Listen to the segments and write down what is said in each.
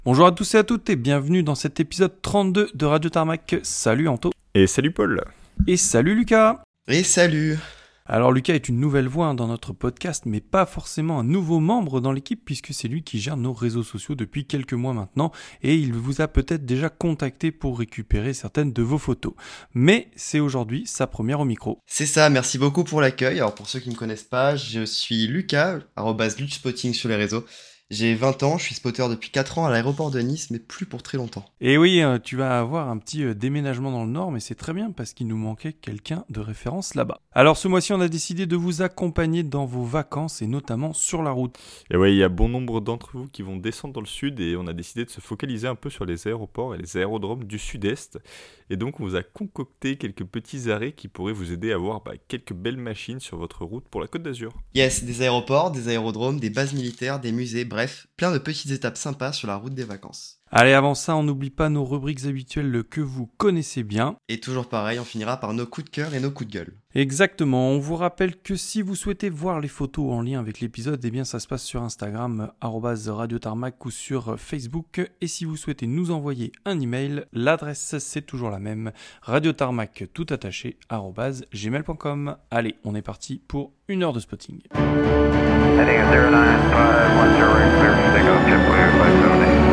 Bonjour à tous et à toutes et bienvenue dans cet épisode 32 de Radio Tarmac. Salut Anto. Et salut Paul. Et salut Lucas. Et salut. Alors Lucas est une nouvelle voix dans notre podcast, mais pas forcément un nouveau membre dans l'équipe puisque c'est lui qui gère nos réseaux sociaux depuis quelques mois maintenant et il vous a peut-être déjà contacté pour récupérer certaines de vos photos. Mais c'est aujourd'hui sa première au micro. C'est ça, merci beaucoup pour l'accueil. Alors pour ceux qui ne me connaissent pas, je suis Lucas, @luchspotting sur les réseaux. J'ai 20 ans, je suis spotter depuis 4 ans à l'aéroport de Nice, mais plus pour très longtemps. Et oui, tu vas avoir un petit déménagement dans le Nord, mais c'est très bien parce qu'il nous manquait quelqu'un de référence là-bas. Alors ce mois-ci, on a décidé de vous accompagner dans vos vacances et notamment sur la route. Et ouais, il y a bon nombre d'entre vous qui vont descendre dans le sud et on a décidé de se focaliser un peu sur les aéroports et les aérodromes du sud-est. Et donc on vous a concocté quelques petits arrêts qui pourraient vous aider à voir quelques belles machines sur votre route pour la Côte d'Azur. Yes, des aéroports, des aérodromes, des bases militaires, des musées, bref, plein de petites étapes sympas sur la route des vacances. Allez, avant ça, on n'oublie pas nos rubriques habituelles que vous connaissez bien. Et toujours pareil, on finira par nos coups de cœur et nos coups de gueule. Exactement, on vous rappelle que si vous souhaitez voir les photos en lien avec l'épisode, eh bien ça se passe sur Instagram, @radiotarmac ou sur Facebook. Et si vous souhaitez nous envoyer un email, l'adresse c'est toujours la même, radiotarmac tout attaché, @gmail.com. Allez, on est parti pour une heure de spotting. Heading at 09510 clear for takeoff, JetBlue 570.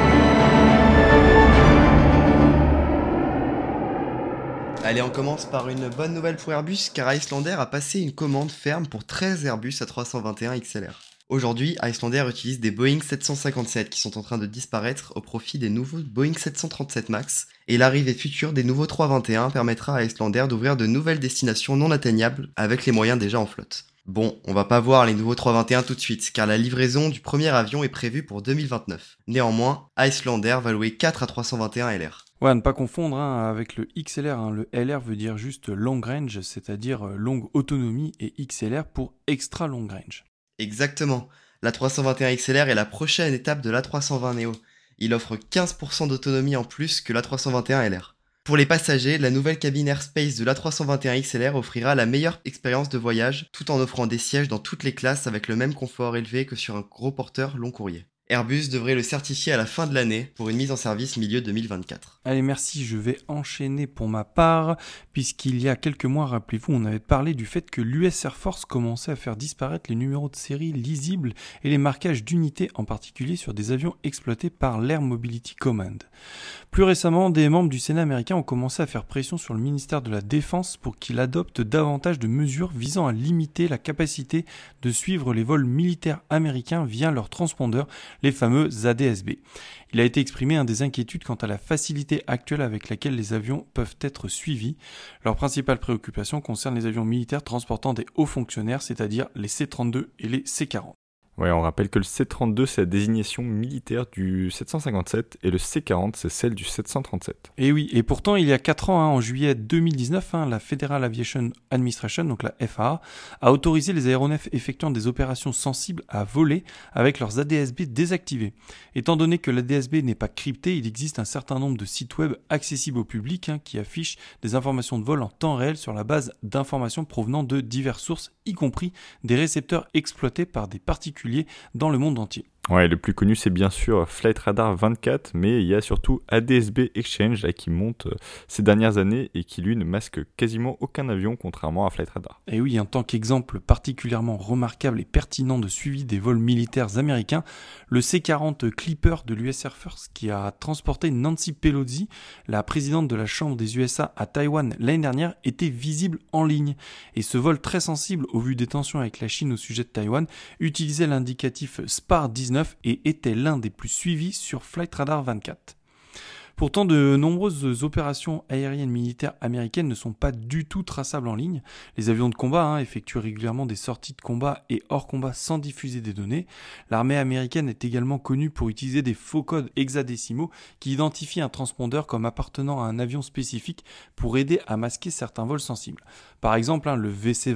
Allez, on commence par une bonne nouvelle pour Airbus, car Icelandair a passé une commande ferme pour 13 Airbus A321 XLR. Aujourd'hui, Icelandair utilise des Boeing 757 qui sont en train de disparaître au profit des nouveaux Boeing 737 MAX, et l'arrivée future des nouveaux 321 permettra à Icelandair d'ouvrir de nouvelles destinations non atteignables avec les moyens déjà en flotte. Bon, on va pas voir les nouveaux 321 tout de suite, car la livraison du premier avion est prévue pour 2029. Néanmoins, Icelandair va louer 4 A321 LR. Ouais, à ne pas confondre avec le XLR. Le LR veut dire juste long range, c'est-à-dire longue autonomie, et XLR pour extra long range. Exactement. L'A321 XLR est la prochaine étape de l'A320 Neo. Il offre 15% d'autonomie en plus que l'A321 LR. Pour les passagers, la nouvelle cabine Airspace de l'A321 XLR offrira la meilleure expérience de voyage tout en offrant des sièges dans toutes les classes avec le même confort élevé que sur un gros porteur long courrier. Airbus devrait le certifier à la fin de l'année pour une mise en service milieu 2024. Allez, merci, je vais enchaîner pour ma part, puisqu'il y a quelques mois, rappelez-vous, on avait parlé du fait que l'US Air Force commençait à faire disparaître les numéros de série lisibles et les marquages d'unités, en particulier sur des avions exploités par l'Air Mobility Command. Plus récemment, des membres du Sénat américain ont commencé à faire pression sur le ministère de la Défense pour qu'il adopte davantage de mesures visant à limiter la capacité de suivre les vols militaires américains via leurs transpondeurs, les fameux ADS-B. Il a été exprimé des inquiétudes quant à la facilité actuelle avec laquelle les avions peuvent être suivis. Leur principale préoccupation concerne les avions militaires transportant des hauts fonctionnaires, c'est-à-dire les C-32 et les C-40. Ouais, on rappelle que le C-32 c'est la désignation militaire du 757 et le C-40 c'est celle du 737. Et oui, et pourtant il y a 4 ans, en juillet 2019, la Federal Aviation Administration, donc la FAA, a autorisé les aéronefs effectuant des opérations sensibles à voler avec leurs ADS-B désactivés. Étant donné que l'ADS-B n'est pas crypté, il existe un certain nombre de sites web accessibles au public qui affichent des informations de vol en temps réel sur la base d'informations provenant de diverses sources, y compris des récepteurs exploités par des particuliers dans le monde entier. Ouais, le plus connu c'est bien sûr Flight Radar 24, mais il y a surtout ADS-B Exchange qui monte ces dernières années et qui lui ne masque quasiment aucun avion contrairement à Flight Radar. Et oui, en tant qu'exemple particulièrement remarquable et pertinent de suivi des vols militaires américains, le C-40 Clipper de l'US Air Force qui a transporté Nancy Pelosi, la présidente de la Chambre des USA à Taïwan l'année dernière, était visible en ligne. Et ce vol très sensible au vu des tensions avec la Chine au sujet de Taïwan utilisait l'indicatif SPAR 19 et était l'un des plus suivis sur Flight Radar 24. Pourtant, de nombreuses opérations aériennes militaires américaines ne sont pas du tout traçables en ligne. Les avions de combat effectuent régulièrement des sorties de combat et hors combat sans diffuser des données. L'armée américaine est également connue pour utiliser des faux codes hexadécimaux qui identifient un transpondeur comme appartenant à un avion spécifique pour aider à masquer certains vols sensibles. Par exemple, le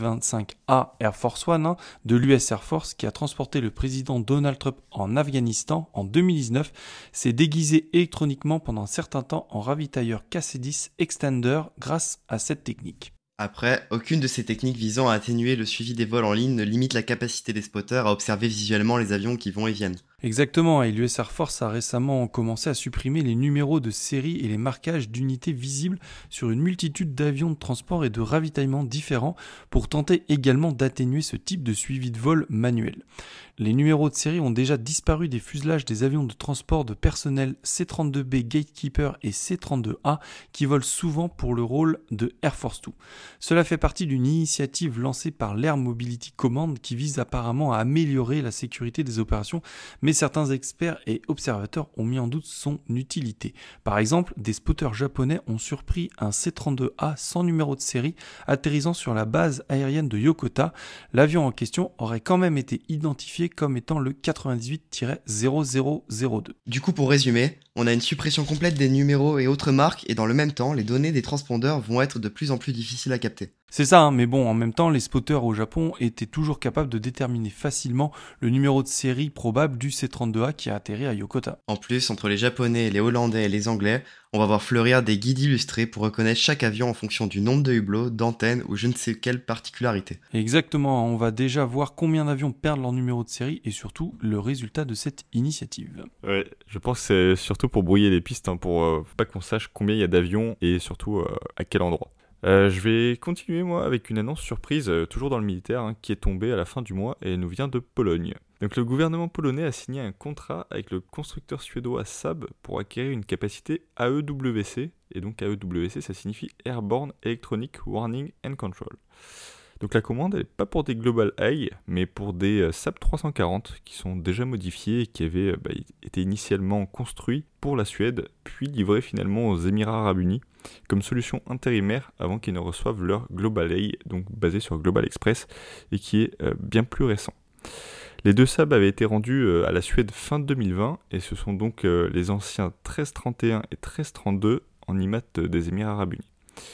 VC-25A Air Force One de l'US Air Force qui a transporté le président Donald Trump en Afghanistan en 2019 s'est déguisé électroniquement pendant un certain temps en ravitailleur KC-10 Extender grâce à cette technique. Après, aucune de ces techniques visant à atténuer le suivi des vols en ligne ne limite la capacité des spotters à observer visuellement les avions qui vont et viennent. Exactement, et l'US Air Force a récemment commencé à supprimer les numéros de série et les marquages d'unités visibles sur une multitude d'avions de transport et de ravitaillement différents pour tenter également d'atténuer ce type de suivi de vol manuel. Les numéros de série ont déjà disparu des fuselages des avions de transport de personnel C-32B Gatekeeper et C-32A qui volent souvent pour le rôle de Air Force 2. Cela fait partie d'une initiative lancée par l'Air Mobility Command qui vise apparemment à améliorer la sécurité des opérations, mais certains experts et observateurs ont mis en doute son utilité. Par exemple, des spotters japonais ont surpris un C-32A sans numéro de série atterrissant sur la base aérienne de Yokota. L'avion en question aurait quand même été identifié comme étant le 98-0002. Du coup, pour résumer, on a une suppression complète des numéros et autres marques, et dans le même temps, les données des transpondeurs vont être de plus en plus difficiles à capter. C'est ça, hein, mais bon, en même temps, les spotters au Japon étaient toujours capables de déterminer facilement le numéro de série probable du C-32A qui a atterri à Yokota. En plus, entre les Japonais, les Hollandais et les Anglais, on va voir fleurir des guides illustrés pour reconnaître chaque avion en fonction du nombre de hublots, d'antennes ou je ne sais quelle particularité. Exactement, on va déjà voir combien d'avions perdent leur numéro de série et surtout le résultat de cette initiative. Ouais, je pense que c'est surtout pour brouiller les pistes, pour pas qu'on sache combien il y a d'avions et surtout à quel endroit. Je vais continuer moi avec une annonce surprise, toujours dans le militaire, qui est tombée à la fin du mois et nous vient de Pologne. Donc le gouvernement polonais a signé un contrat avec le constructeur suédois Saab pour acquérir une capacité AEWC, et donc AEWC ça signifie Airborne Electronic Warning and Control. Donc la commande elle n'est pas pour des Global Eye, mais pour des Saab 340 qui sont déjà modifiés et qui avaient été initialement construits pour la Suède, puis livrés finalement aux Émirats Arabes Unis comme solution intérimaire avant qu'ils ne reçoivent leur Global Eye, donc basé sur Global Express et qui est bien plus récent. Les deux Saab avaient été rendus à la Suède fin 2020 et ce sont donc les anciens 1331 et 1332 en IMAT des Émirats Arabes Unis.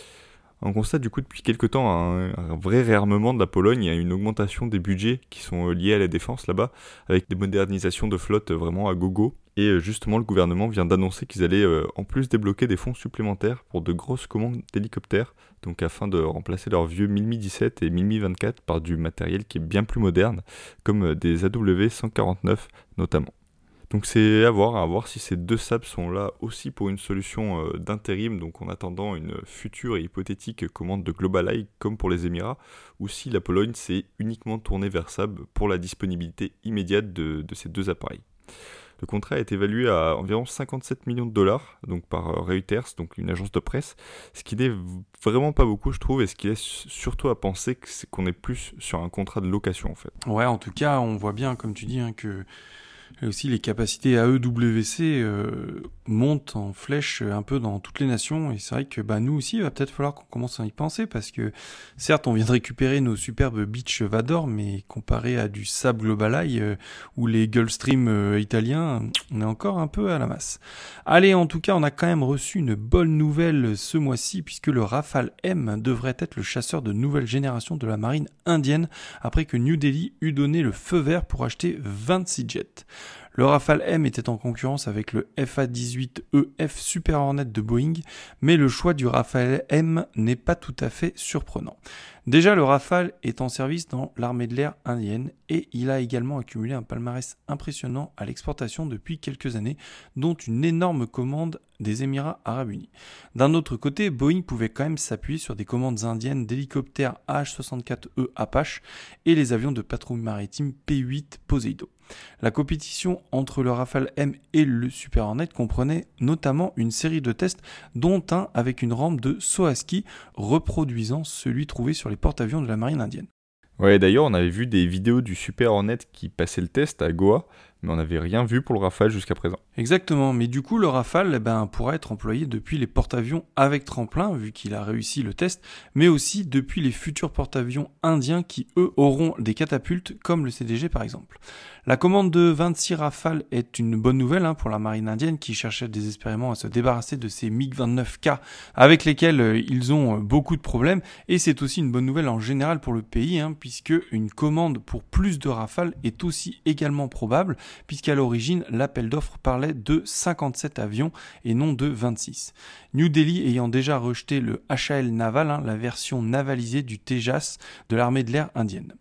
On constate du coup depuis quelques temps un vrai réarmement de la Pologne, il y a une augmentation des budgets qui sont liés à la défense là-bas, avec des modernisations de flotte vraiment à gogo. Et justement le gouvernement vient d'annoncer qu'ils allaient en plus débloquer des fonds supplémentaires pour de grosses commandes d'hélicoptères, donc afin de remplacer leurs vieux Mi 17 et Mi 24 par du matériel qui est bien plus moderne, comme des AW149 notamment. Donc c'est à voir si ces deux Saab sont là aussi pour une solution d'intérim, donc en attendant une future et hypothétique commande de Global Eye comme pour les Émirats, ou si la Pologne s'est uniquement tournée vers Saab pour la disponibilité immédiate de ces deux appareils. Le contrat est évalué à environ 57 millions de dollars, donc par Reuters, donc une agence de presse, ce qui n'est vraiment pas beaucoup je trouve, et ce qui laisse surtout à penser qu'on est plus sur un contrat de location en fait. Ouais, en tout cas, on voit bien, comme tu dis, que et aussi les capacités AEWC montent en flèche un peu dans toutes les nations, et c'est vrai que nous aussi il va peut-être falloir qu'on commence à y penser, parce que certes on vient de récupérer nos superbes Beech Vador, mais comparé à du Saab Global Eye ou les Gulfstream italiens, on est encore un peu à la masse. Allez, en tout cas on a quand même reçu une bonne nouvelle ce mois-ci, puisque le Rafale M devrait être le chasseur de nouvelle génération de la marine indienne, après que New Delhi eut donné le feu vert pour acheter 26 jets. Le Rafale M était en concurrence avec le FA-18EF Super Hornet de Boeing, mais le choix du Rafale M n'est pas tout à fait surprenant. Déjà, le Rafale est en service dans l'armée de l'air indienne et il a également accumulé un palmarès impressionnant à l'exportation depuis quelques années, dont une énorme commande des Émirats Arabes Unis. D'un autre côté, Boeing pouvait quand même s'appuyer sur des commandes indiennes d'hélicoptères H-64E Apache et les avions de patrouille maritime P-8 Poseidon. La compétition entre le Rafale M et le Super Hornet comprenait notamment une série de tests, dont un avec une rampe de saut à ski reproduisant celui trouvé sur les porte-avions de la marine indienne. Ouais, d'ailleurs, on avait vu des vidéos du Super Hornet qui passait le test à Goa, mais on n'avait rien vu pour le Rafale jusqu'à présent. Exactement, mais du coup le Rafale pourra être employé depuis les porte-avions avec tremplin, vu qu'il a réussi le test, mais aussi depuis les futurs porte-avions indiens qui eux auront des catapultes comme le CDG par exemple. La commande de 26 Rafale est une bonne nouvelle pour la marine indienne qui cherchait désespérément à se débarrasser de ces MiG-29K avec lesquels ils ont beaucoup de problèmes, et c'est aussi une bonne nouvelle en général pour le pays, puisque une commande pour plus de Rafale est aussi également probable, puisqu'à l'origine l'appel d'offres parlait de 57 avions et non de 26. New Delhi ayant déjà rejeté le HAL Naval, la version navalisée du Tejas de l'armée de l'air indienne.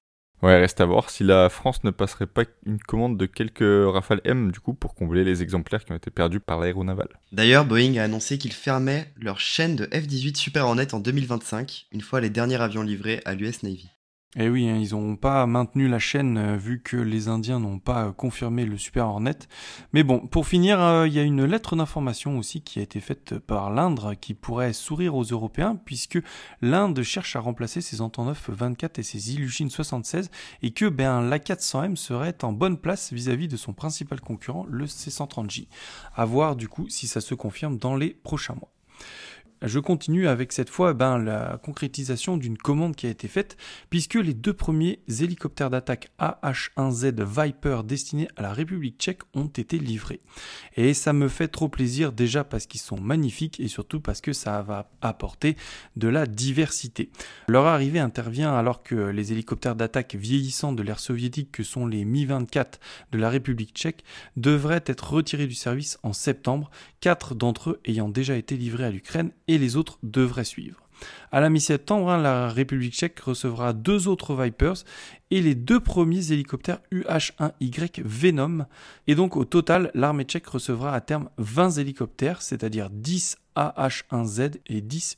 Ouais, reste à voir si la France ne passerait pas une commande de quelques Rafale M du coup pour combler les exemplaires qui ont été perdus par l'aéronaval. D'ailleurs, Boeing a annoncé qu'ils fermaient leur chaîne de F-18 Super Hornet en 2025, une fois les derniers avions livrés à l'US Navy. Et oui, hein, ils n'ont pas maintenu la chaîne vu que les Indiens n'ont pas confirmé le Super Hornet. Mais bon, pour finir, il y a une lettre d'information aussi qui a été faite par l'Inde qui pourrait sourire aux Européens puisque l'Inde cherche à remplacer ses Antonov 24 et ses Ilyushin 76 et que l'A400M serait en bonne place vis-à-vis de son principal concurrent, le C-130J. À voir du coup si ça se confirme dans les prochains mois. Je continue avec cette fois la concrétisation d'une commande qui a été faite puisque les 2 premiers hélicoptères d'attaque AH-1Z Viper destinés à la République tchèque ont été livrés. Et ça me fait trop plaisir déjà parce qu'ils sont magnifiques et surtout parce que ça va apporter de la diversité. Leur arrivée intervient alors que les hélicoptères d'attaque vieillissants de l'ère soviétique que sont les Mi-24 de la République tchèque devraient être retirés du service en septembre, 4 d'entre eux ayant déjà été livrés à l'Ukraine et les autres devraient suivre. À la mi-septembre, la République tchèque recevra 2 autres Vipers et les 2 premiers hélicoptères UH-1Y Venom. Et donc au total, l'armée tchèque recevra à terme 20 hélicoptères, c'est-à-dire 10 AH-1Z et 10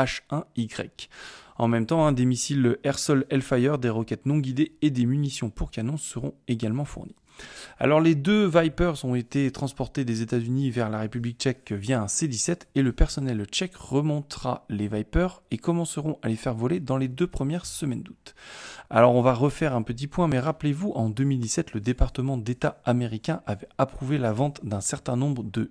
UH-1Y. En même temps, des missiles air-sol Hellfire, des roquettes non guidées et des munitions pour canons seront également fournis. Alors les 2 Vipers ont été transportés des États-Unis vers la République tchèque via un C-17 et le personnel tchèque remontera les Vipers et commenceront à les faire voler dans les 2 premières semaines d'août. Alors on va refaire un petit point, mais rappelez-vous, en 2017, le département d'État américain avait approuvé la vente d'un certain nombre de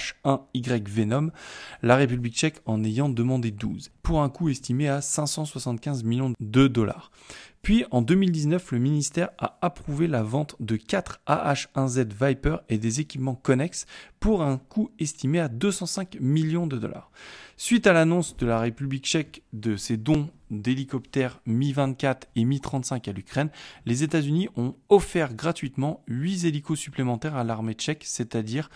UH-1Y Venom, la République tchèque en ayant demandé 12, pour un coût estimé à 575 millions de dollars. Puis en 2019, le ministère a approuvé la vente de 4 AH-1Z Viper et des équipements connexes pour un coût estimé à 205 millions de dollars. Suite à l'annonce de la République tchèque de ses dons d'hélicoptères Mi-24 et Mi-35 à l'Ukraine, les États-Unis ont offert gratuitement 8 hélicos supplémentaires à l'armée tchèque, c'est-à-dire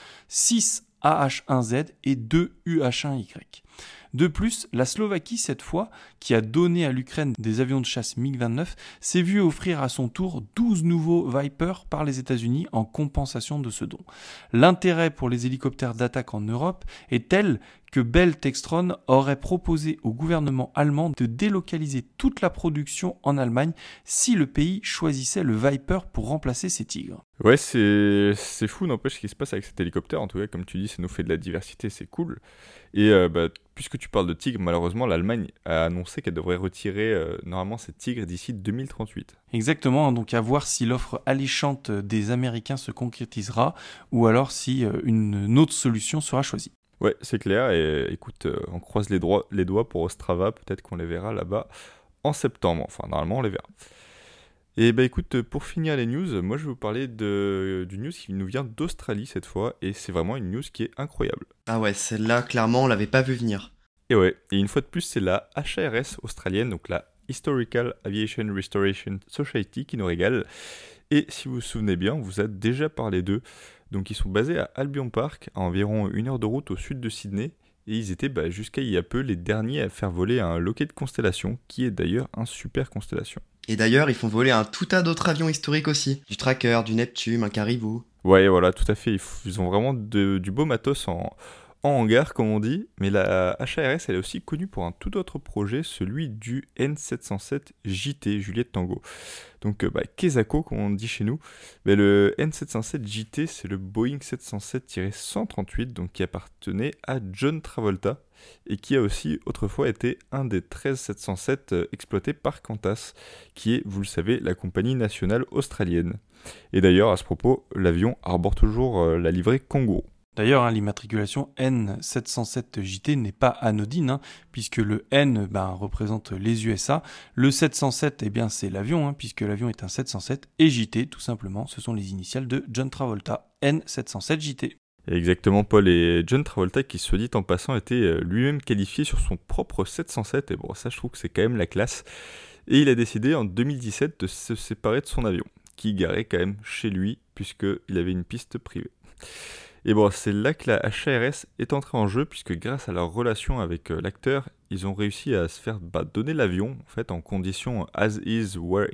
6 AH-1Z et 2 UH-1Y. De plus, la Slovaquie, cette fois, qui a donné à l'Ukraine des avions de chasse MiG-29, s'est vue offrir à son tour 12 nouveaux Vipers par les États-Unis en compensation de ce don. L'intérêt pour les hélicoptères d'attaque en Europe est tel que Bell Textron aurait proposé au gouvernement allemand de délocaliser toute la production en Allemagne si le pays choisissait le Viper pour remplacer ses Tigres. Ouais, c'est fou, n'empêche ce qui se passe avec cet hélicoptère. En tout cas, comme tu dis, ça nous fait de la diversité, c'est cool. Et puisque tu parles de Tigre, malheureusement, l'Allemagne a annoncé qu'elle devrait retirer normalement ces Tigres d'ici 2038. Exactement, donc à voir si l'offre alléchante des Américains se concrétisera ou alors si une autre solution sera choisie. Ouais, c'est clair. Et écoute, on croise les doigts pour Ostrava. Peut-être qu'on les verra là-bas en septembre. Enfin, normalement, on les verra. Et écoute, pour finir les news, moi je vais vous parler d'une news qui nous vient d'Australie cette fois. Et c'est vraiment une news qui est incroyable. Ah ouais, celle-là, clairement, on l'avait pas vu venir. Et ouais, et une fois de plus, c'est la HARS australienne, donc la Historical Aviation Restoration Society qui nous régale. Et si vous vous souvenez bien, on vous a déjà parlé d'eux. Donc ils sont basés à Albion Park, à environ 1 heure de route au sud de Sydney. Et ils étaient jusqu'à il y a peu les derniers à faire voler un Lockheed Constellation, qui est d'ailleurs un super Constellation. Et d'ailleurs, ils font voler un tout tas d'autres avions historiques aussi. Du Tracker, du Neptune, un Caribou. Ouais, voilà, tout à fait. Ils ont vraiment du beau matos en hangar, comme on dit. Mais la HARS, elle est aussi connue pour un tout autre projet, celui du N707 JT, Juliette Tango. Donc, Quesaco, comme on dit chez nous. Mais le N707 JT, c'est le Boeing 707-138, donc qui appartenait à John Travolta, et qui a aussi autrefois été un des 13 707 exploités par Qantas, qui est, vous le savez, la compagnie nationale australienne. Et d'ailleurs, à ce propos, l'avion arbore toujours la livrée Kangourou. D'ailleurs, l'immatriculation N707JT n'est pas anodine, puisque le N représente les USA, le 707, c'est l'avion, puisque l'avion est un 707, et JT, tout simplement, ce sont les initiales de John Travolta, N707JT. Exactement, Paul, et John Travolta, qui soit dit en passant, était lui-même qualifié sur son propre 707, et bon, ça je trouve que c'est quand même la classe, et il a décidé en 2017 de se séparer de son avion, qui garait quand même chez lui, puisqu'il avait une piste privée. Et bon, c'est là que la HARS est entrée en jeu, puisque grâce à leur relation avec l'acteur, ils ont réussi à se faire donner l'avion, en fait, en condition as is, where is,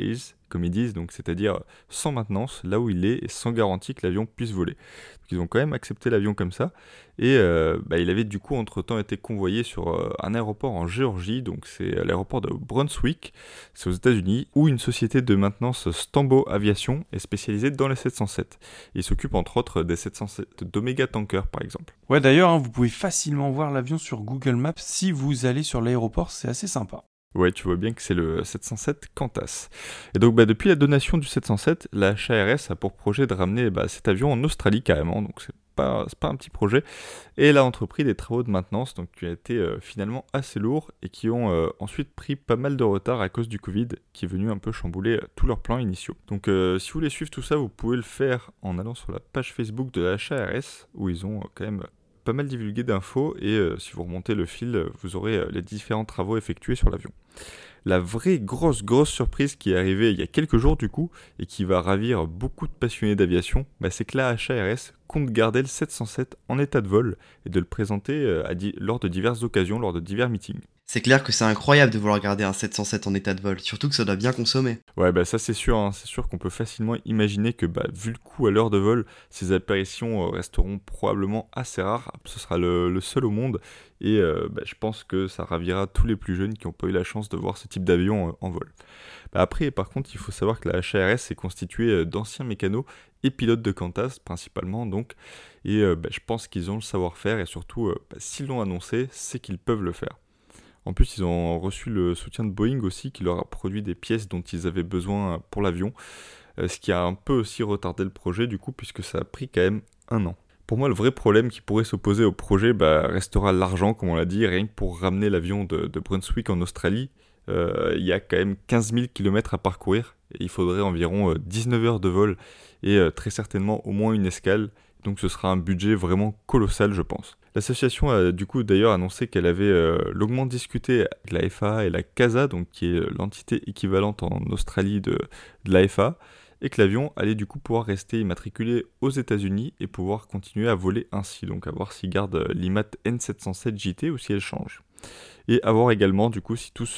comme ils disent, donc c'est-à-dire sans maintenance, là où il est, et sans garantie que l'avion puisse voler. Donc ils ont quand même accepté l'avion comme ça, et il avait du coup entre-temps été convoyé sur un aéroport en Géorgie, donc c'est l'aéroport de Brunswick, c'est aux États-Unis, où une société de maintenance Stambo Aviation est spécialisée dans les 707. Il s'occupe entre autres des 707 d'Omega Tanker par exemple. Ouais, d'ailleurs, vous pouvez facilement voir l'avion sur Google Maps si vous allez sur l'aéroport, c'est assez sympa. Ouais, tu vois bien que c'est le 707 Qantas. Et donc depuis la donation du 707, la HARS a pour projet de ramener cet avion en Australie carrément, donc c'est pas un petit projet. Et elle a entrepris des travaux de maintenance donc, qui ont été finalement assez lourds et qui ont ensuite pris pas mal de retard à cause du Covid qui est venu un peu chambouler tous leurs plans initiaux. Donc si vous voulez suivre tout ça, vous pouvez le faire en allant sur la page Facebook de la HARS où ils ont quand même pas mal divulgué d'infos et si vous remontez le fil, vous aurez les différents travaux effectués sur l'avion. La vraie grosse surprise qui est arrivée il y a quelques jours du coup et qui va ravir beaucoup de passionnés d'aviation, c'est que la HARS compte garder le 707 en état de vol et de le présenter lors de diverses occasions, lors de divers meetings. C'est clair que c'est incroyable de vouloir garder un 707 en état de vol, surtout que ça doit bien consommer. Ouais, ça c'est sûr, hein. C'est sûr qu'on peut facilement imaginer que vu le coût à l'heure de vol, ces apparitions resteront probablement assez rares. Ce sera le seul au monde et je pense que ça ravira tous les plus jeunes qui n'ont pas eu la chance de voir ce type d'avion en vol. Après, par contre, il faut savoir que la HARS est constituée d'anciens mécanos et pilotes de Qantas principalement, donc, et je pense qu'ils ont le savoir-faire et surtout, s'ils l'ont annoncé, c'est qu'ils peuvent le faire. En plus, ils ont reçu le soutien de Boeing aussi, qui leur a produit des pièces dont ils avaient besoin pour l'avion, ce qui a un peu aussi retardé le projet du coup, puisque ça a pris quand même 1 an. Pour moi, le vrai problème qui pourrait s'opposer au projet restera l'argent, comme on l'a dit, rien que pour ramener l'avion de Brunswick en Australie. Il y a quand même 15 000 km à parcourir, et il faudrait environ 19 heures de vol, et très certainement au moins une escale, donc ce sera un budget vraiment colossal je pense. L'association a du coup d'ailleurs annoncé qu'elle avait longuement discuté avec la FAA et la CASA, donc qui est l'entité équivalente en Australie de la FAA, et que l'avion allait du coup pouvoir rester immatriculé aux États-Unis et pouvoir continuer à voler ainsi, donc à voir s'il garde l'IMAT N707 JT ou si elle change. Et à voir également du coup si tout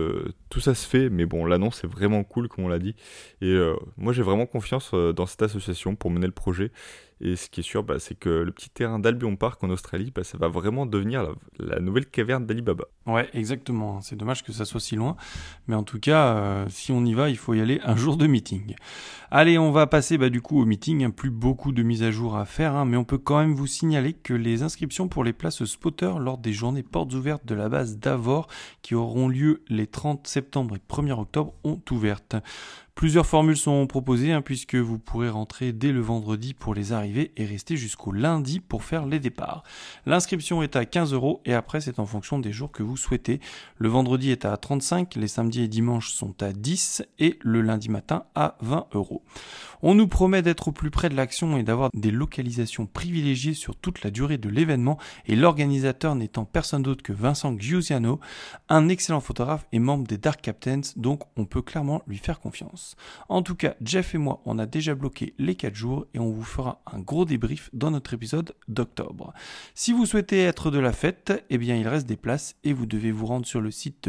ça se fait, mais bon, l'annonce est vraiment cool comme on l'a dit, et moi j'ai vraiment confiance dans cette association pour mener le projet. Et ce qui est sûr, c'est que le petit terrain d'Albion Park en Australie, ça va vraiment devenir la nouvelle caverne d'Alibaba. Ouais, exactement. C'est dommage que ça soit si loin. Mais en tout cas, si on y va, il faut y aller un jour de meeting. Allez, on va passer du coup au meeting. Plus beaucoup de mises à jour à faire, mais on peut quand même vous signaler que les inscriptions pour les places spotter lors des journées portes ouvertes de la base d'Avor, qui auront lieu les 30 septembre et 1er octobre, ont ouvertes. Plusieurs formules sont proposées puisque vous pourrez rentrer dès le vendredi pour les arrivées et rester jusqu'au lundi pour faire les départs. L'inscription est à 15 € et après c'est en fonction des jours que vous souhaitez. Le vendredi est à 35, les samedis et dimanches sont à 10 et le lundi matin à 20 €. On nous promet d'être au plus près de l'action et d'avoir des localisations privilégiées sur toute la durée de l'événement, et l'organisateur n'étant personne d'autre que Vincent Giusiano, un excellent photographe et membre des Dark Captains, donc on peut clairement lui faire confiance. En tout cas, Jeff et moi, on a déjà bloqué les 4 jours et on vous fera un gros débrief dans notre épisode d'octobre. Si vous souhaitez être de la fête, il reste des places et vous devez vous rendre sur le site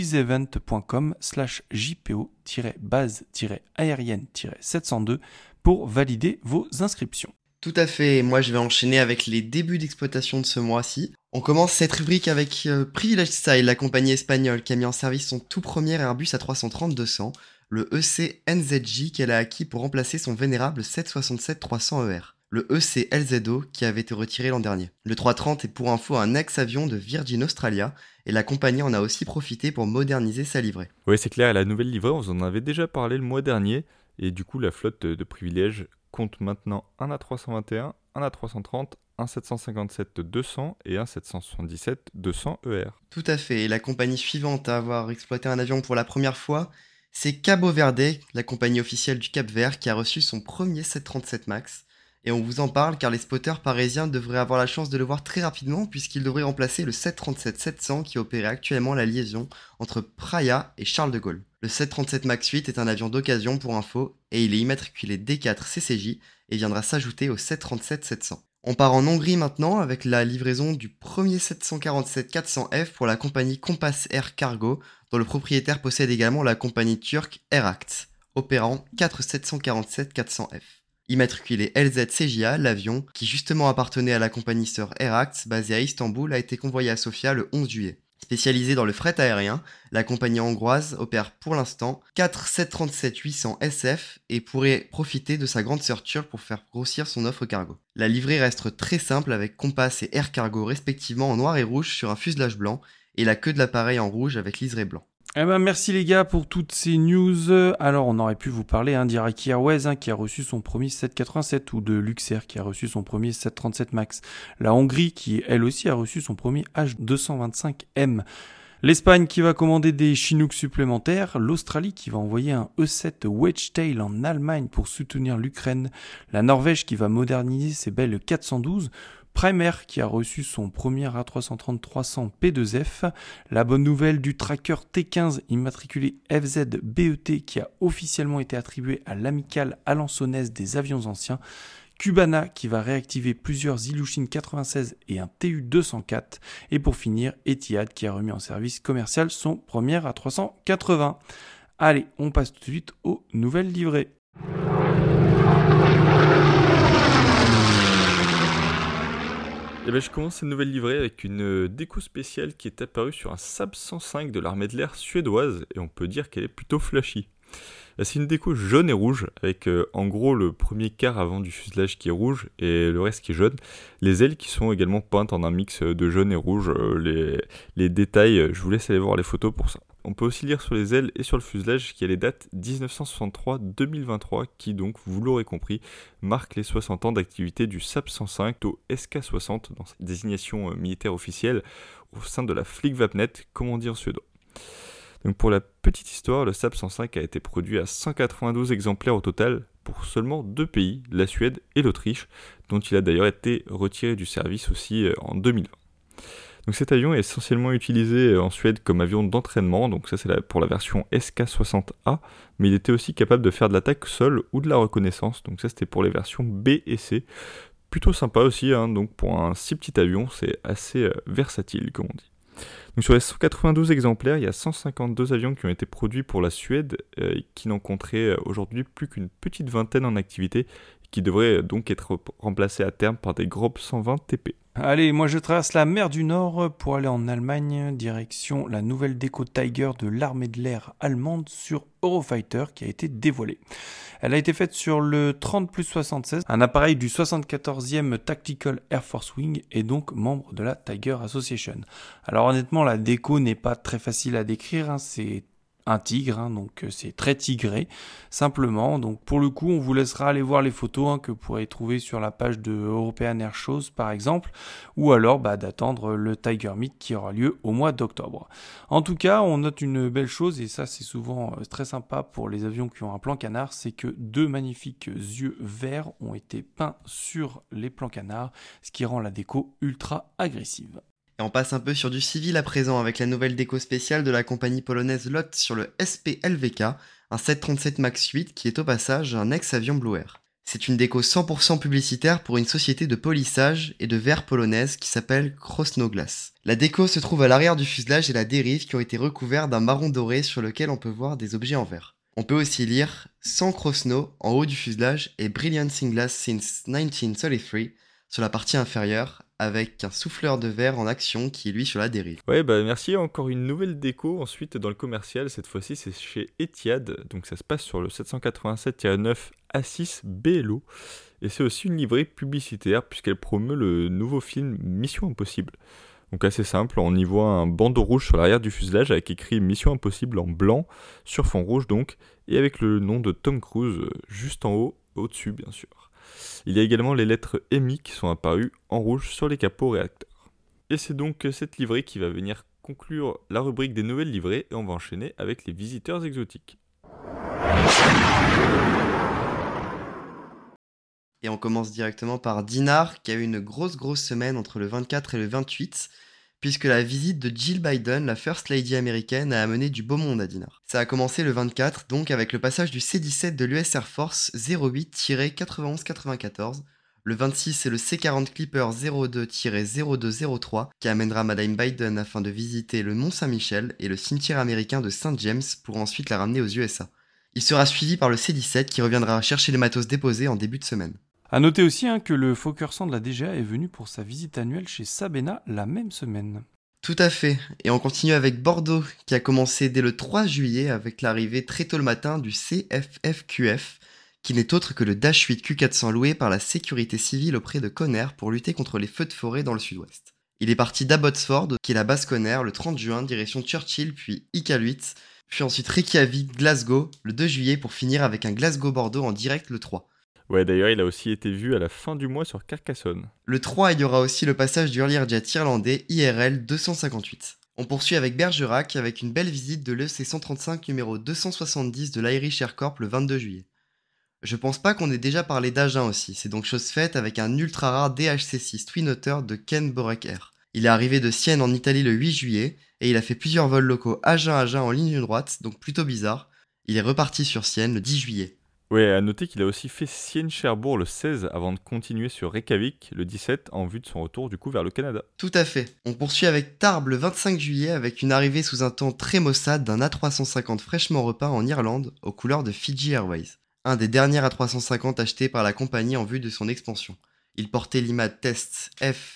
wizevent.com/jpo-base-aérienne-702 pour valider vos inscriptions. Tout à fait, moi je vais enchaîner avec les débuts d'exploitation de ce mois-ci. On commence cette rubrique avec Privilege Style, la compagnie espagnole qui a mis en service son tout premier Airbus A330-200, le EC NZJ qu'elle a acquis pour remplacer son vénérable 767-300ER, le EC LZO qui avait été retiré l'an dernier. Le 330 est pour info un ex-avion de Virgin Australia, et la compagnie en a aussi profité pour moderniser sa livrée. Oui, c'est clair, la nouvelle livrée, on en avait déjà parlé le mois dernier, et du coup la flotte de Privilège compte maintenant un A321, un A330, un 757-200 et un 777-200ER. Tout à fait, et la compagnie suivante à avoir exploité un avion pour la première fois, c'est Cabo Verde, la compagnie officielle du Cap-Vert, qui a reçu son premier 737 MAX. Et on vous en parle car les spotters parisiens devraient avoir la chance de le voir très rapidement, puisqu'il devrait remplacer le 737-700 qui opérait actuellement la liaison entre Praia et Charles de Gaulle. Le 737 MAX 8 est un avion d'occasion pour info, et il est immatriculé D4 CCJ et viendra s'ajouter au 737-700. On part en Hongrie maintenant avec la livraison du premier 747-400F pour la compagnie Compass Air Cargo, dont le propriétaire possède également la compagnie turque Airact. opérant 4 747-400F. Immatriculé LZ-CJA, l'avion, qui justement appartenait à la compagnie sœur Airact, basée à Istanbul, a été convoyé à Sofia le 11 juillet. Spécialisée dans le fret aérien, la compagnie hongroise opère pour l'instant 4 737-800 SF et pourrait profiter de sa grande structure pour faire grossir son offre cargo. La livrée reste très simple avec Compass et Air Cargo respectivement en noir et rouge sur un fuselage blanc et la queue de l'appareil en rouge avec liseré blanc. Merci les gars pour toutes ces news. Alors on aurait pu vous parler d'Iraqi Airways qui a reçu son premier 787 ou de Luxair qui a reçu son premier 737 MAX. La Hongrie qui elle aussi a reçu son premier H225M. L'Espagne qui va commander des Chinooks supplémentaires, l'Australie qui va envoyer un E7 Wedgetail en Allemagne pour soutenir l'Ukraine, la Norvège qui va moderniser ses belles 412, Prime Air qui a reçu son premier A330-300 P2F, la bonne nouvelle du tracker T15 immatriculé FZ BET qui a officiellement été attribué à l'amicale alençonnaise des avions anciens, Cubana qui va réactiver plusieurs Ilyushin 96 et un TU-204, et pour finir Etihad qui a remis en service commercial son premier A380. Allez, on passe tout de suite aux nouvelles livrées. Je commence cette nouvelle livrée avec une déco spéciale qui est apparue sur un Saab 105 de l'armée de l'air suédoise, et on peut dire qu'elle est plutôt flashy. C'est une déco jaune et rouge, avec en gros le premier quart avant du fuselage qui est rouge et le reste qui est jaune. Les ailes qui sont également peintes en un mix de jaune et rouge. Les détails, je vous laisse aller voir les photos pour ça. On peut aussi lire sur les ailes et sur le fuselage qu'il y a les dates 1963-2023 qui donc, vous l'aurez compris, marquent les 60 ans d'activité du Saab 105 au SK60 dans sa désignation militaire officielle au sein de la Flygvapnet, comme on dit en suédois. Donc pour la petite histoire, le Saab 105 a été produit à 192 exemplaires au total pour seulement 2 pays, la Suède et l'Autriche, dont il a d'ailleurs été retiré du service aussi en 2020. Donc cet avion est essentiellement utilisé en Suède comme avion d'entraînement, donc ça c'est pour la version SK60A, mais il était aussi capable de faire de l'attaque sol ou de la reconnaissance, donc ça c'était pour les versions B et C. Plutôt sympa aussi, donc pour un si petit avion, c'est assez versatile comme on dit. Donc sur les 192 exemplaires, il y a 152 avions qui ont été produits pour la Suède, qui n'en compteraient aujourd'hui plus qu'une petite vingtaine en activité, qui devraient donc être remplacés à terme par des Grob 120 TP. Allez, moi je traverse la mer du Nord pour aller en Allemagne, direction la nouvelle déco Tiger de l'armée de l'air allemande sur Eurofighter qui a été dévoilée. Elle a été faite sur le 30+76, un appareil du 74e Tactical Air Force Wing et donc membre de la Tiger Association. Alors honnêtement, la déco n'est pas très facile à décrire, c'est un tigre, donc c'est très tigré, simplement. Donc pour le coup, on vous laissera aller voir les photos que vous pourrez trouver sur la page de European Air Shows par exemple, ou alors d'attendre le Tiger Meet qui aura lieu au mois d'octobre. En tout cas, on note une belle chose, et ça c'est souvent très sympa pour les avions qui ont un plan canard, c'est que 2 magnifiques yeux verts ont été peints sur les plans canards, ce qui rend la déco ultra agressive. Et on passe un peu sur du civil à présent avec la nouvelle déco spéciale de la compagnie polonaise LOT sur le SP-LVK, un 737 MAX 8 qui est au passage un ex-avion Blue Air. C'est une déco 100% publicitaire pour une société de polissage et de verre polonaise qui s'appelle Krosno-Glas. La déco se trouve à l'arrière du fuselage et la dérive qui ont été recouverts d'un marron doré sur lequel on peut voir des objets en verre. On peut aussi lire « Sans Krosno » en haut du fuselage et « Brilliance in Glass since 1933 » sur la partie inférieure, avec un souffleur de verre en action qui est lui sur la dérive. Ouais, merci, encore une nouvelle déco, ensuite dans le commercial, cette fois-ci c'est chez Etihad, donc ça se passe sur le 787-9 A6 BLO, et c'est aussi une livrée publicitaire puisqu'elle promeut le nouveau film Mission Impossible. Donc assez simple, on y voit un bandeau rouge sur l'arrière du fuselage avec écrit Mission Impossible en blanc, sur fond rouge donc, et avec le nom de Tom Cruise juste en haut, au-dessus bien sûr. Il y a également les lettres EMI qui sont apparues en rouge sur les capots réacteurs. Et c'est donc cette livrée qui va venir conclure la rubrique des nouvelles livrées, et on va enchaîner avec les visiteurs exotiques. Et on commence directement par Dinard qui a eu une grosse semaine entre le 24 et le 28, puisque la visite de Jill Biden, la First Lady américaine, a amené du beau monde à Dinard. Ça a commencé le 24, donc avec le passage du C-17 de l'US Air Force 08-9194. Le 26, c'est le C-40 Clipper 02-0203 qui amènera Madame Biden afin de visiter le Mont Saint-Michel et le cimetière américain de St. James pour ensuite la ramener aux USA. Il sera suivi par le C-17 qui reviendra chercher les matos déposés en début de semaine. À noter aussi que le Fokker 100 de la DGA est venu pour sa visite annuelle chez Sabena la même semaine. Tout à fait, et on continue avec Bordeaux qui a commencé dès le 3 juillet avec l'arrivée très tôt le matin du CFFQF, qui n'est autre que le Dash 8 Q400 loué par la sécurité civile auprès de Conair pour lutter contre les feux de forêt dans le sud-ouest. Il est parti d'Abbotsford, qui est la base Conair, le 30 juin, direction Churchill, puis Iqaluit, puis ensuite Reykjavik, Glasgow, le 2 juillet pour finir avec un Glasgow-Bordeaux en direct le 3. Ouais, d'ailleurs, il a aussi été vu à la fin du mois sur Carcassonne. Le 3, il y aura aussi le passage du Learjet irlandais IRL 258. On poursuit avec Bergerac avec une belle visite de l'EC 135 numéro 270 de l'Irish Air Corp le 22 juillet. Je pense pas qu'on ait déjà parlé d'Agen aussi, c'est donc chose faite avec un ultra rare DHC6 Twin Otter de Ken Borek Air. Il est arrivé de Sienne en Italie le 8 juillet et il a fait plusieurs vols locaux Agen-Agen en ligne droite, donc plutôt bizarre. Il est reparti sur Sienne le 10 juillet. Ouais, à noter qu'il a aussi fait Sienne-Cherbourg le 16 avant de continuer sur Reykjavik le 17 en vue de son retour du coup vers le Canada. Tout à fait. On poursuit avec Tarbes le 25 juillet avec une arrivée sous un temps très maussade d'un A350 fraîchement repeint en Irlande aux couleurs de Fiji Airways. Un des derniers A350 achetés par la compagnie en vue de son expansion. Il portait l'IMAD Test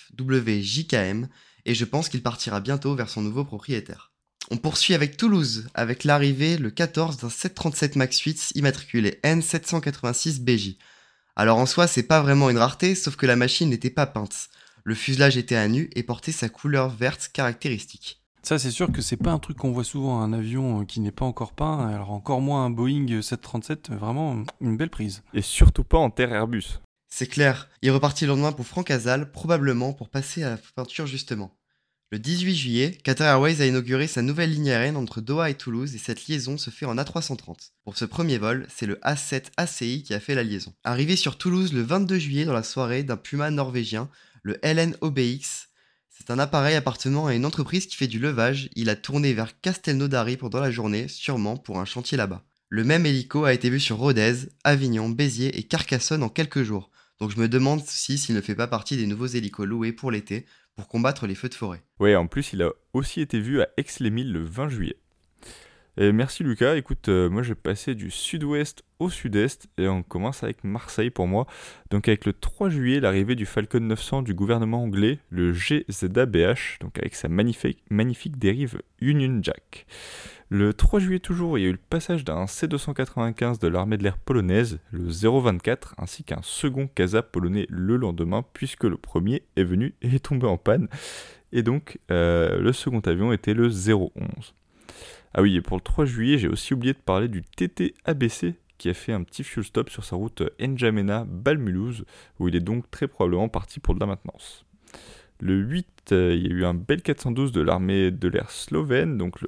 FWJKM et je pense qu'il partira bientôt vers son nouveau propriétaire. On poursuit avec Toulouse, avec l'arrivée le 14 d'un 737 MAX 8 immatriculé N786BJ. Alors en soi, c'est pas vraiment une rareté, sauf que la machine n'était pas peinte. Le fuselage était à nu et portait sa couleur verte caractéristique. Ça, c'est sûr que c'est pas un truc qu'on voit souvent, un avion qui n'est pas encore peint, alors encore moins un Boeing 737, vraiment une belle prise. Et surtout pas en terre Airbus. C'est clair, il repartit le lendemain pour Franck Hazal, probablement pour passer à la peinture justement. Le 18 juillet, Qatar Airways a inauguré sa nouvelle ligne aérienne entre Doha et Toulouse et cette liaison se fait en A330. Pour ce premier vol, c'est le A7 ACI qui a fait la liaison. Arrivé sur Toulouse le 22 juillet dans la soirée d'un Puma norvégien, le LN-OBX. C'est un appareil appartenant à une entreprise qui fait du levage, il a tourné vers Castelnaudary pendant la journée, sûrement pour un chantier là-bas. Le même hélico a été vu sur Rodez, Avignon, Béziers et Carcassonne en quelques jours. Donc je me demande aussi s'il ne fait pas partie des nouveaux hélicos loués pour l'été, pour combattre les feux de forêt. Ouais, en plus, il a aussi été vu à Aix-les-Milles le 20 juillet. Et merci Lucas, écoute, moi j'ai passé du sud-ouest au sud-est et on commence avec Marseille pour moi. Donc avec le 3 juillet, l'arrivée du Falcon 900 du gouvernement anglais, le GZABH, donc avec sa magnifique dérive Union Jack. Le 3 juillet toujours, il y a eu le passage d'un C-295 de l'armée de l'air polonaise, le 024, ainsi qu'un second CASA polonais le lendemain, puisque le premier est venu et est tombé en panne. Et donc, le second avion était le 011. Ah oui, et pour le 3 juillet, j'ai aussi oublié de parler du TT-ABC, qui a fait un petit fuel stop sur sa route N'Djamena-Balmulhouse, où il est donc très probablement parti pour de la maintenance. Le 8, il y a eu un Bell 412 de l'armée de l'air slovène, donc le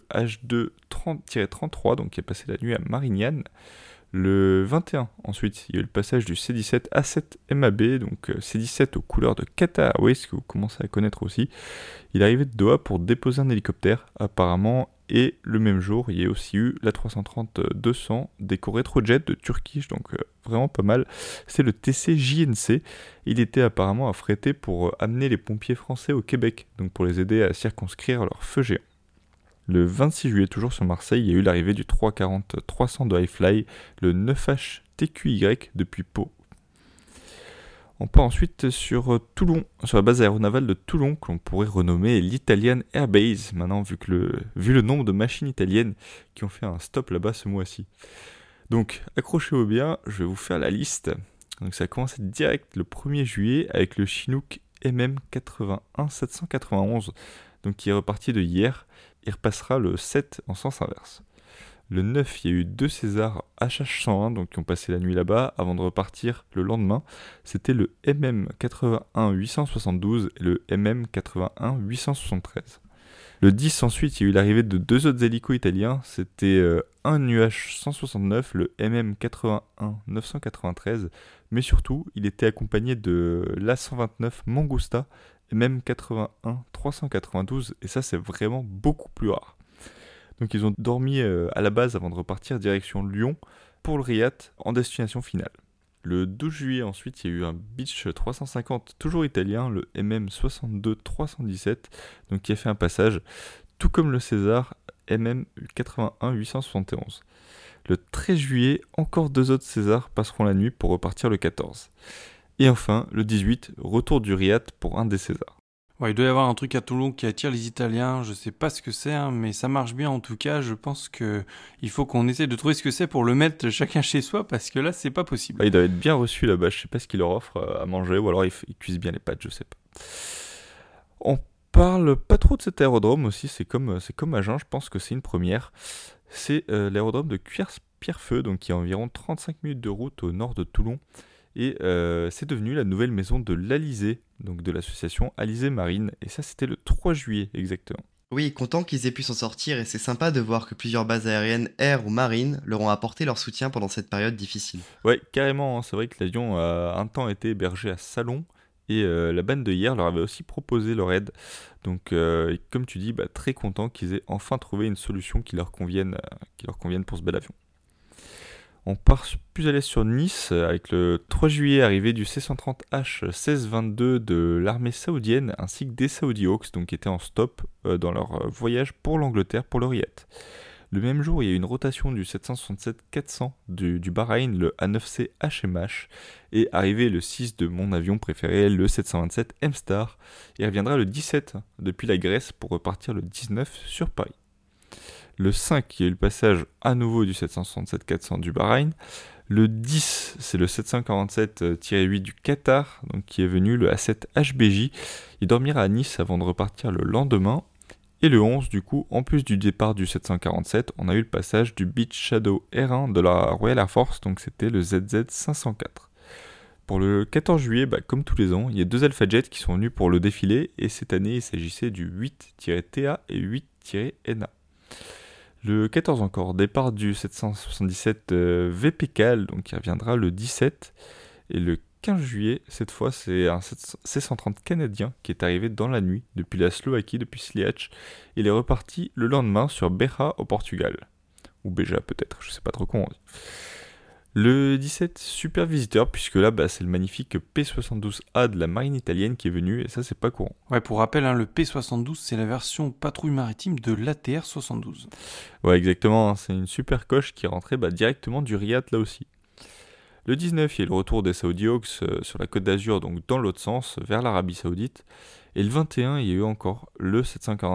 H2-33, donc qui a passé la nuit à Marignane. Le 21, ensuite, il y a eu le passage du C-17 A7 MAB, donc C-17 aux couleurs de Qatar Airways, que vous commencez à connaître aussi. Il est arrivé de Doha pour déposer un hélicoptère, apparemment, et le même jour, il y a aussi eu la 330-200 déco Retrojet de Turkish, donc vraiment pas mal. C'est le TC-JNC. Il était apparemment affrété pour amener les pompiers français au Québec, donc pour les aider à circonscrire leur feu géant. Le 26 juillet, toujours sur Marseille, il y a eu l'arrivée du 340-300 de Highfly, le 9H TQY depuis Pau. On part ensuite sur Toulon, sur la base aéronavale de Toulon, que l'on pourrait renommer l'Italian Airbase, maintenant vu le nombre de machines italiennes qui ont fait un stop là-bas ce mois-ci. Donc, accrochez-vous bien, je vais vous faire la liste. Donc ça commence direct le 1er juillet avec le Chinook MM81-791, donc qui est reparti de hier. Il repassera le 7 en sens inverse. Le 9, il y a eu 2 Césars HH101 donc qui ont passé la nuit là-bas avant de repartir le lendemain. C'était le MM81-872 et le MM81-873. Le 10 ensuite, il y a eu l'arrivée de 2 autres hélicos italiens. C'était un UH-169, le MM81-993, mais surtout, il était accompagné de l'A129 Mangusta, MM81-392, et ça c'est vraiment beaucoup plus rare. Donc ils ont dormi à la base avant de repartir direction Lyon pour le Riyad en destination finale. Le 12 juillet ensuite, il y a eu un Beech 350 toujours italien, le MM62-317, donc qui a fait un passage, tout comme le César MM81-871. Le 13 juillet, encore 2 autres Césars passeront la nuit pour repartir le 14. Et enfin, le 18, retour du Riad pour un des Césars. Ouais, il doit y avoir un truc à Toulon qui attire les Italiens, je sais pas ce que c'est, hein, mais ça marche bien en tout cas. Je pense que il faut qu'on essaie de trouver ce que c'est pour le mettre chacun chez soi, parce que là, c'est pas possible. Ah, il doit être bien reçu là-bas, je sais pas ce qu'il leur offre à manger, ou alors ils cuisent bien les pâtes, je sais pas. On parle pas trop de cet aérodrome aussi, c'est comme Agen, je pense que c'est une première. C'est l'aérodrome de Cuers-Pierrefeu, donc qui est à environ 35 minutes de route au nord de Toulon. Et c'est devenu la nouvelle maison de l'Alizé, donc de l'association Alizé Marine. Et ça, c'était le 3 juillet exactement. Oui, content qu'ils aient pu s'en sortir et c'est sympa de voir que plusieurs bases aériennes, air ou marines, leur ont apporté leur soutien pendant cette période difficile. Ouais, carrément, hein, c'est vrai que l'avion a un temps été hébergé à Salon. Et la bande de hier leur avait aussi proposé leur aide. Donc, comme tu dis, très content qu'ils aient enfin trouvé une solution qui leur convienne pour ce bel avion. On part plus à l'est sur Nice avec le 3 juillet arrivée du C-130H 1622 de l'armée saoudienne ainsi que des Saudi Hawks donc qui étaient en stop dans leur voyage pour l'Angleterre pour le Riyad. Le même jour, il y a eu une rotation du 767-400 du Bahreïn, le A9C HMH, et arrivé le 6 de mon avion préféré, le 727 M-Star, et reviendra le 17 depuis la Grèce pour repartir le 19 sur Paris. Le 5, il y a eu le passage à nouveau du 767-400 du Bahreïn. Le 10, c'est le 747-8 du Qatar, donc qui est venu, le A7 HBJ. Il dormira à Nice avant de repartir le lendemain. Et le 11, du coup, en plus du départ du 747, on a eu le passage du Beech Shadow R1 de la Royal Air Force, donc c'était le ZZ504. Pour le 14 juillet, comme tous les ans, il y a 2 Alpha Jets qui sont venus pour le défilé, et cette année, il s'agissait du 8-TA et 8-NA. Le 14 encore, départ du 777 VPCAL, donc qui reviendra le 17. Et le 15 juillet, cette fois, c'est un C-130 canadien qui est arrivé dans la nuit depuis la Slovaquie, depuis Sliac. Il est reparti le lendemain sur Beja au Portugal. Ou Beja peut-être, je sais pas trop comment on dit. Le 17, super visiteur, puisque là, c'est le magnifique P-72A de la marine italienne qui est venu, et ça, c'est pas courant. Ouais, pour rappel, le P-72, c'est la version patrouille maritime de l'ATR-72. Ouais, exactement, c'est une super coche qui est rentrée directement du Riyad là aussi. Le 19, il y a le retour des Saudi Hawks sur la Côte d'Azur, donc dans l'autre sens, vers l'Arabie Saoudite. Et le 21, il y a eu encore le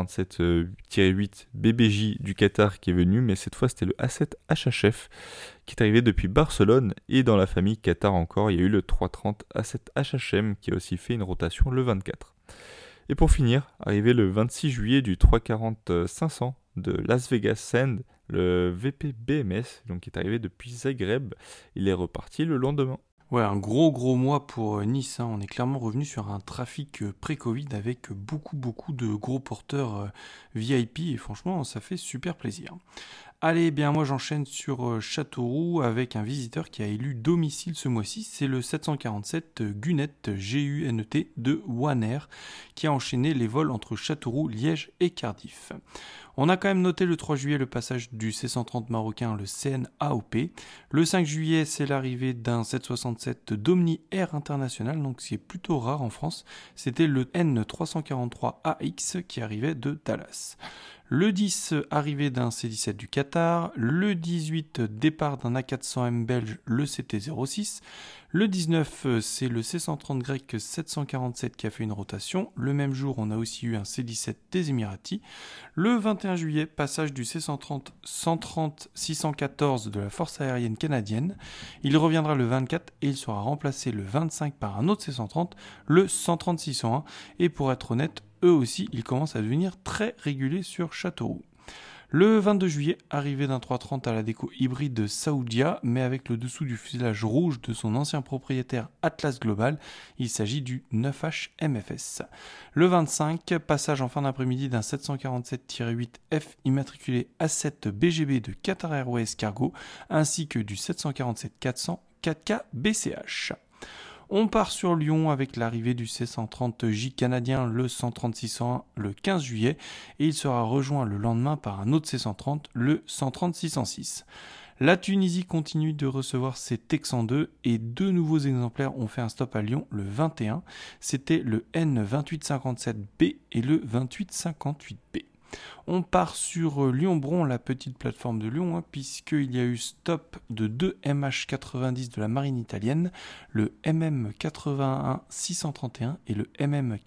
747-8 BBJ du Qatar qui est venu, mais cette fois c'était le A7 HHF qui est arrivé depuis Barcelone. Et dans la famille Qatar encore, il y a eu le 330 A7 HHM qui a aussi fait une rotation le 24. Et pour finir, arrivé le 26 juillet du 340-500 de Las Vegas Sand, le VP BMS, donc qui est arrivé depuis Zagreb, il est reparti le lendemain. Ouais, un gros mois pour Nice, On est clairement revenu sur un trafic pré-Covid avec beaucoup de gros porteurs VIP et franchement, ça fait super plaisir. Allez, bien moi j'enchaîne sur Châteauroux avec un visiteur qui a élu domicile ce mois-ci, c'est le 747 Gunet, G-U-N-E-T de One Air, qui a enchaîné les vols entre Châteauroux, Liège et Cardiff. On a quand même noté le 3 juillet le passage du C-130 marocain, le CN AOP. Le 5 juillet, c'est l'arrivée d'un 767 d'Omni Air International, donc c'est plutôt rare en France. C'était le N343AX qui arrivait de Dallas. Le 10, arrivée d'un C-17 du Qatar. Le 18, départ d'un A400M belge, le CT-06. Le 19, c'est le C-130 grec 747 qui a fait une rotation. Le même jour, on a aussi eu un C-17 des Émiratis. Le 21 juillet, passage du C-130 130-614 de la force aérienne canadienne. Il reviendra le 24 et il sera remplacé le 25 par un autre C-130, le 130-601. Et pour être honnête, eux aussi, ils commencent à devenir très réguliers sur Châteauroux. Le 22 juillet, arrivée d'un 330 à la déco hybride Saoudia, mais avec le dessous du fuselage rouge de son ancien propriétaire Atlas Global, il s'agit du 9H MFS. Le 25, passage en fin d'après-midi d'un 747-8F immatriculé A7 BGB de Qatar Airways Cargo, ainsi que du 747-400 4K BCH. On part sur Lyon avec l'arrivée du C-130J canadien, le 130-601, le 15 juillet, et il sera rejoint le lendemain par un autre C-130, le 130-606. La Tunisie continue de recevoir ses Texan 2 et 2 nouveaux exemplaires ont fait un stop à Lyon le 21. C'était le N2857B et le 2858B. On part sur Lyon-Bron, la petite plateforme de Lyon, puisqu'il y a eu stop de 2 MH90 de la marine italienne, le MM81-631 et le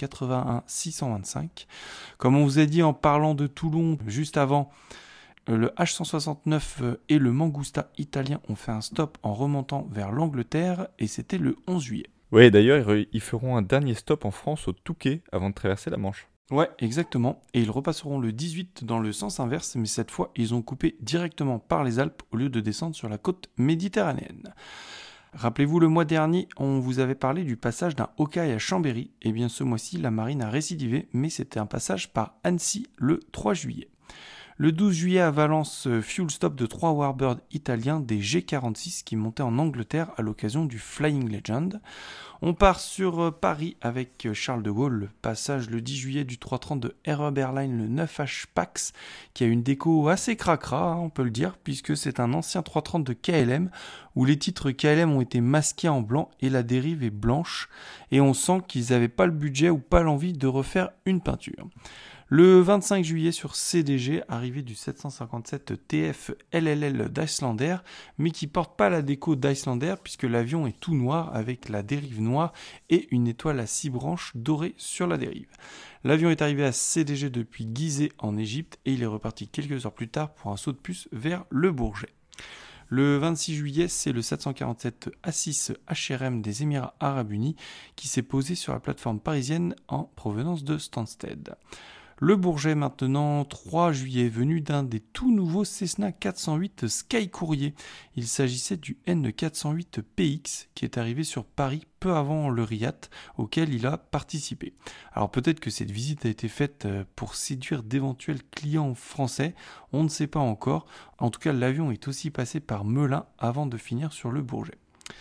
MM81-625. Comme on vous a dit en parlant de Toulon juste avant, le H169 et le Mangusta italien ont fait un stop en remontant vers l'Angleterre et c'était le 11 juillet. Ouais, d'ailleurs, ils feront un dernier stop en France au Touquet avant de traverser la Manche. Ouais, exactement. Et ils repasseront le 18 dans le sens inverse, mais cette fois, ils ont coupé directement par les Alpes au lieu de descendre sur la côte méditerranéenne. Rappelez-vous, le mois dernier, on vous avait parlé du passage d'un Hawkeye à Chambéry. Eh bien, ce mois-ci, la marine a récidivé, mais c'était un passage par Annecy le 3 juillet. Le 12 juillet à Valence, fuel stop de 3 Warbirds italiens des G46 qui montaient en Angleterre à l'occasion du Flying Legend. On part sur Paris avec Charles de Gaulle, le passage le 10 juillet du 330 de Air Airline le 9H Pax qui a une déco assez cracra, on peut le dire, puisque c'est un ancien 330 de KLM où les titres KLM ont été masqués en blanc et la dérive est blanche et on sent qu'ils n'avaient pas le budget ou pas l'envie de refaire une peinture. Le 25 juillet sur CDG, arrivée du 757 TF LLL d'Icelander, mais qui porte pas la déco d'Icelander puisque l'avion est tout noir avec la dérive noire et une étoile à 6 branches dorée sur la dérive. L'avion est arrivé à CDG depuis Gizeh en Égypte et il est reparti quelques heures plus tard pour un saut de puce vers le Bourget. Le 26 juillet, c'est le 747 A6 HRM des Émirats Arabes Unis qui s'est posé sur la plateforme parisienne en provenance de Stansted. Le Bourget maintenant, 3 juillet, venu d'un des tout nouveaux Cessna 408 Sky Courier. Il s'agissait du N408 PX qui est arrivé sur Paris peu avant le RIAT auquel il a participé. Alors peut-être que cette visite a été faite pour séduire d'éventuels clients français, on ne sait pas encore. En tout cas, l'avion est aussi passé par Melun avant de finir sur le Bourget.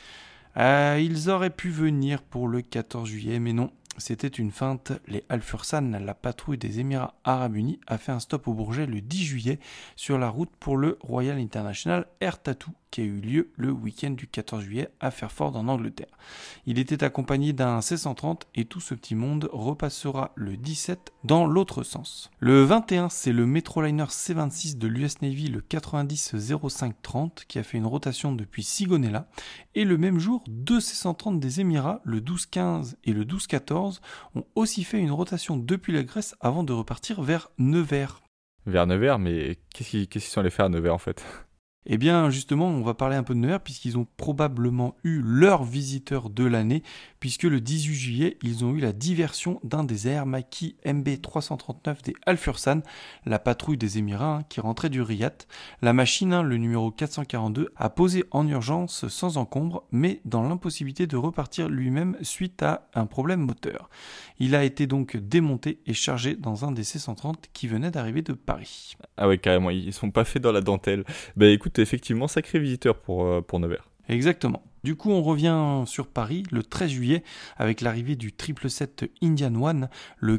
Ils auraient pu venir pour le 14 juillet, mais non. C'était une feinte. Les Al Fursan, la patrouille des Émirats Arabes Unis, a fait un stop au Bourget le 10 juillet sur la route pour le Royal International Air Tattoo qui a eu lieu le week-end du 14 juillet à Fairford en Angleterre. Il était accompagné d'un C-130 et tout ce petit monde repassera le 17 dans l'autre sens. Le 21, c'est le Metroliner C-26 de l'US Navy, le 90-05-30 qui a fait une rotation depuis Sigonella et le même jour, deux C-130 des Émirats, le 12-15 et le 12-14 ont aussi fait une rotation depuis la Grèce avant de repartir vers Nevers. Vers Nevers, mais qu'est-ce qu'ils sont allés faire à Nevers en fait ? Eh bien, justement, on va parler un peu de Nevers puisqu'ils ont probablement eu leur visiteur de l'année puisque le 18 juillet, ils ont eu la diversion d'un des Air Macchi MB339 des Al Fursan, la patrouille des Émirats qui rentrait du RIAT. La machine, le numéro 442, a posé en urgence sans encombre, mais dans l'impossibilité de repartir lui-même suite à un problème moteur. Il a été donc démonté et chargé dans un des C-130 qui venait d'arriver de Paris. Ah ouais, carrément, ils sont pas faits dans la dentelle. Bah écoute, effectivement, sacré visiteur pour Nevers. Exactement. Du coup, on revient sur Paris le 13 juillet avec l'arrivée du 777 Indian One, le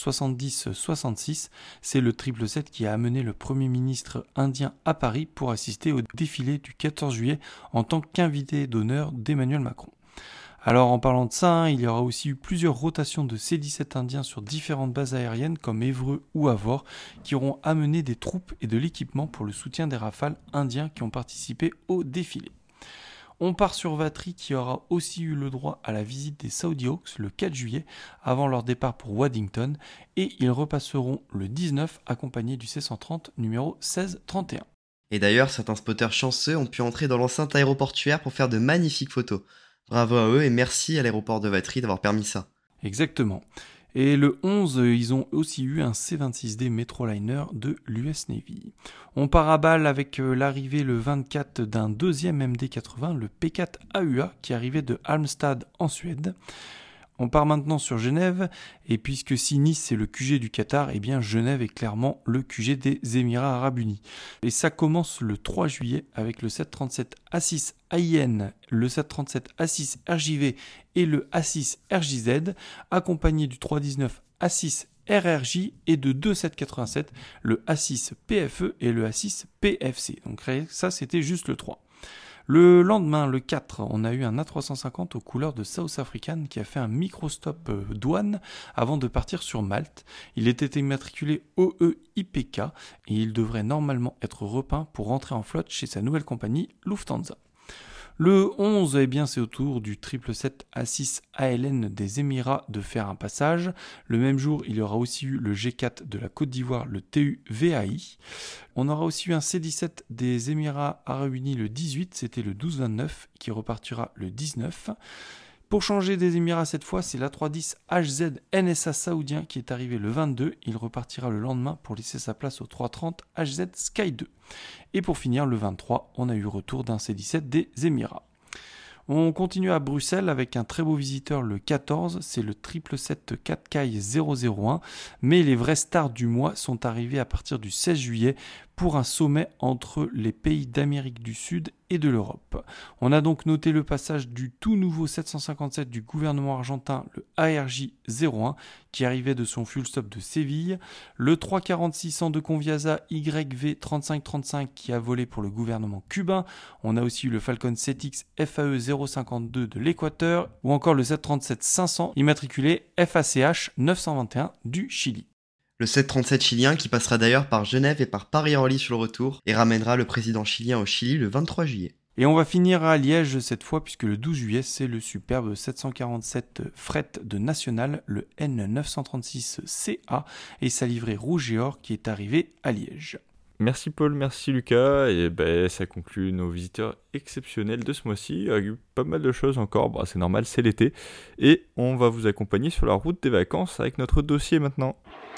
K70-66. C'est le 777 qui a amené le Premier ministre indien à Paris pour assister au défilé du 14 juillet en tant qu'invité d'honneur d'Emmanuel Macron. Alors en parlant de ça, il y aura aussi eu plusieurs rotations de C-17 indiens sur différentes bases aériennes comme Évreux ou Avord qui auront amené des troupes et de l'équipement pour le soutien des Rafales indiens qui ont participé au défilé. On part sur Vatry qui aura aussi eu le droit à la visite des Saudi Hawks le 4 juillet avant leur départ pour Waddington et ils repasseront le 19 accompagnés du C-130 numéro 1631. Et d'ailleurs, certains spotters chanceux ont pu entrer dans l'enceinte aéroportuaire pour faire de magnifiques photos. Bravo à eux et merci à l'aéroport de Vatry d'avoir permis ça. Exactement. Et le 11, ils ont aussi eu un C-26D Metroliner de l'US Navy. On part à balle avec l'arrivée le 24 d'un deuxième MD-80, le P4 AUA, qui arrivait de Halmstad en Suède. On part maintenant sur Genève, et puisque si Nice c'est le QG du Qatar, eh bien Genève est clairement le QG des Émirats Arabes Unis. Et ça commence le 3 juillet avec le 737 A6 AIN, le 737 A6 RJV et le A6 RJZ, accompagné du 319 A6 RRJ et de deux 787, le A6 PFE et le A6 PFC. Donc ça c'était juste le 3. Le lendemain, le 4, on a eu un A350 aux couleurs de South African qui a fait un micro-stop douane avant de partir sur Malte. Il était immatriculé OEIPK et il devrait normalement être repeint pour rentrer en flotte chez sa nouvelle compagnie Lufthansa. Le 11, eh bien, c'est au tour du 777 A6 ALN des Émirats de faire un passage. Le même jour, il y aura aussi eu le G4 de la Côte d'Ivoire, le TU VAI. On aura aussi eu un C17 des Émirats Arabes Unis le 18, c'était le 12-29, qui repartira le 19. Pour changer des Émirats cette fois, c'est l'A310 HZ NSA saoudien qui est arrivé le 22. Il repartira le lendemain pour laisser sa place au 330 HZ Sky 2. Et pour finir, le 23, on a eu retour d'un C17 des Émirats. On continue à Bruxelles avec un très beau visiteur le 14, c'est le 777 Qatkai 001, mais les vraies stars du mois sont arrivées à partir du 16 juillet pour un sommet entre les pays d'Amérique du Sud et de l'Europe. On a donc noté le passage du tout nouveau 757 du gouvernement argentin, le ARJ 01, qui arrivait de son fuel stop de Séville, le 340-600 de Conviasa YV 3535 qui a volé pour le gouvernement cubain, on a aussi eu le Falcon 7X FAE 052 de l'Équateur, ou encore le 737-500 immatriculé FACH 921 du Chili. Le 737 chilien qui passera d'ailleurs par Genève et par Paris-Orly sur le retour et ramènera le président chilien au Chili le 23 juillet. Et on va finir à Liège cette fois puisque le 12 juillet c'est le superbe 747 fret de National, le N936CA et sa livrée rouge et or qui est arrivé à Liège. Merci Paul, merci Lucas, et ça conclut nos visiteurs exceptionnels de ce mois-ci. Il y a eu pas mal de choses encore, c'est normal, c'est l'été, et on va vous accompagner sur la route des vacances avec notre dossier maintenant.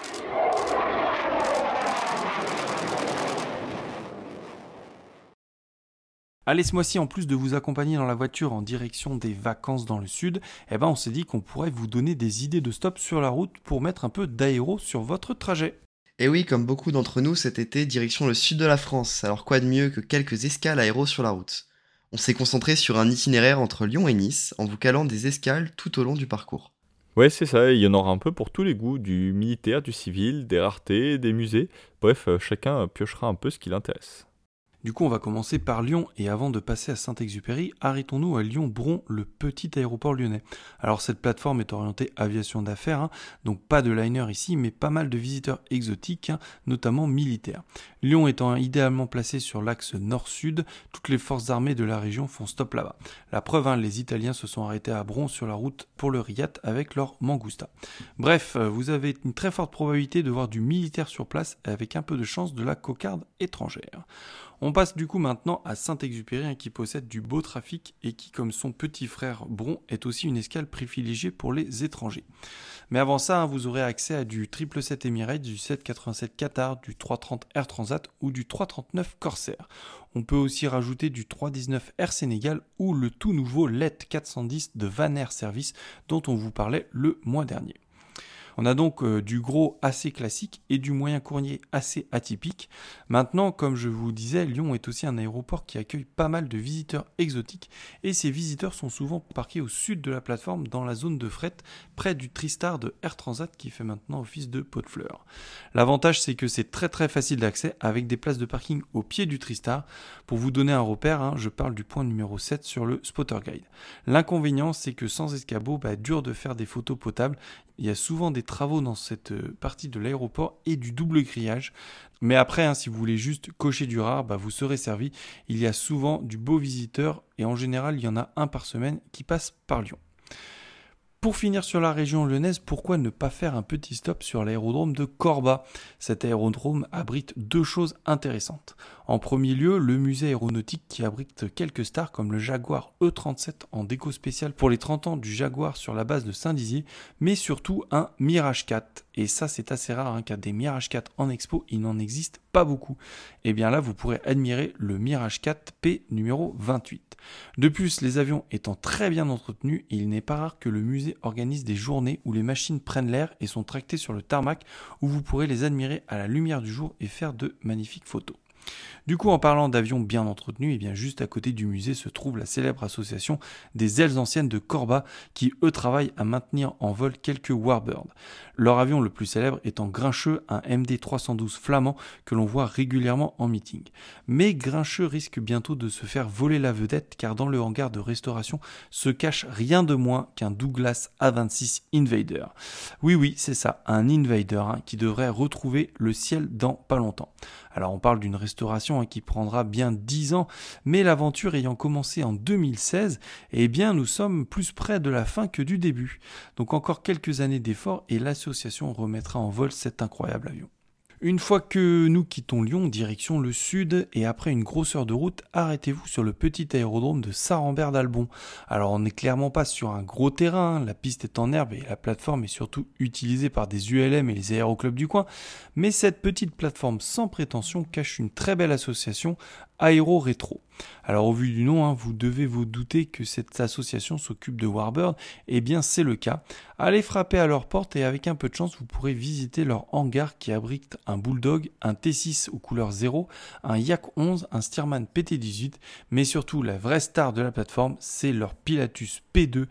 Allez, ce mois-ci, en plus de vous accompagner dans la voiture en direction des vacances dans le sud, on s'est dit qu'on pourrait vous donner des idées de stop sur la route pour mettre un peu d'aéro sur votre trajet. Et oui, comme beaucoup d'entre nous cet été, direction le sud de la France, alors quoi de mieux que quelques escales aéro sur la route. On s'est concentré sur un itinéraire entre Lyon et Nice, en vous calant des escales tout au long du parcours. Ouais, c'est ça, il y en aura un peu pour tous les goûts, du militaire, du civil, des raretés, des musées, bref, chacun piochera un peu ce qui l'intéresse. Du coup, on va commencer par Lyon, et avant de passer à Saint-Exupéry, arrêtons-nous à Lyon-Bron, le petit aéroport lyonnais. Alors cette plateforme est orientée aviation d'affaires, donc pas de liner ici, mais pas mal de visiteurs exotiques, notamment militaires. Lyon étant idéalement placé sur l'axe nord-sud, toutes les forces armées de la région font stop là-bas. La preuve, les Italiens se sont arrêtés à Bron sur la route pour le Riat avec leur Mangusta. Bref, vous avez une très forte probabilité de voir du militaire sur place, avec un peu de chance de la cocarde étrangère. On passe du coup maintenant à Saint-Exupéry qui possède du beau trafic et qui, comme son petit frère Bron, est aussi une escale privilégiée pour les étrangers. Mais avant ça, vous aurez accès à du 777 Emirates, du 787 Qatar, du 330 Air Transat ou du 339 Corsair. On peut aussi rajouter du 319 Air Sénégal ou le tout nouveau LET 410 de Van Air Service dont on vous parlait le mois dernier. On a donc du gros assez classique et du moyen courrier assez atypique. Maintenant, comme je vous disais, Lyon est aussi un aéroport qui accueille pas mal de visiteurs exotiques et ces visiteurs sont souvent parqués au sud de la plateforme dans la zone de fret près du Tristar de Air Transat qui fait maintenant office de pot de fleurs. L'avantage c'est que c'est très très facile d'accès avec des places de parking au pied du Tristar. Pour vous donner un repère, je parle du point numéro 7 sur le Spotter Guide. L'inconvénient c'est que sans escabeau, dur de faire des photos potables. Il y a souvent des travaux dans cette partie de l'aéroport et du double grillage. Mais après, si vous voulez juste cocher du rare, vous serez servi. Il y a souvent du beau visiteur et en général, il y en a un par semaine qui passe par Lyon. Pour finir sur la région lyonnaise, pourquoi ne pas faire un petit stop sur l'aérodrome de Corba ? Cet aérodrome abrite deux choses intéressantes. En premier lieu, le musée aéronautique qui abrite quelques stars comme le Jaguar E37 en déco spéciale pour les 30 ans du Jaguar sur la base de Saint-Dizier, mais surtout un Mirage 4. Et ça, c'est assez rare car des Mirage 4 en expo, il n'en existe pas beaucoup. Et bien là, vous pourrez admirer le Mirage 4 P numéro 28. De plus, les avions étant très bien entretenus, il n'est pas rare que le musée organise des journées où les machines prennent l'air et sont tractées sur le tarmac où vous pourrez les admirer à la lumière du jour et faire de magnifiques photos. Du coup, en parlant d'avions bien entretenus, eh bien juste à côté du musée se trouve la célèbre association des ailes anciennes de Corba qui, eux, travaillent à maintenir en vol quelques Warbird. Leur avion le plus célèbre étant Grincheux, un MD-312 flamand que l'on voit régulièrement en meeting. Mais Grincheux risque bientôt de se faire voler la vedette car dans le hangar de restauration se cache rien de moins qu'un Douglas A-26 Invader. Oui, c'est ça, un Invader qui devrait retrouver le ciel dans pas longtemps. Alors on parle d'une restauration qui prendra bien 10 ans, mais l'aventure ayant commencé en 2016, eh bien nous sommes plus près de la fin que du début. Donc encore quelques années d'efforts et l'association remettra en vol cet incroyable avion. Une fois que nous quittons Lyon, direction le sud, et après une grosse heure de route, arrêtez-vous sur le petit aérodrome de Saint-Rambert-d'Albon. Alors on n'est clairement pas sur un gros terrain, la piste est en herbe et la plateforme est surtout utilisée par des ULM et les aéroclubs du coin, mais cette petite plateforme sans prétention cache une très belle association aéro-rétro. Alors au vu du nom, vous devez vous douter que cette association s'occupe de Warbird, eh bien c'est le cas. Allez frapper à leur porte et avec un peu de chance vous pourrez visiter leur hangar qui abrite un Bulldog, un T6 aux couleurs 0, un Yak 11, un Stearman PT-18, mais surtout la vraie star de la plateforme, c'est leur Pilatus P2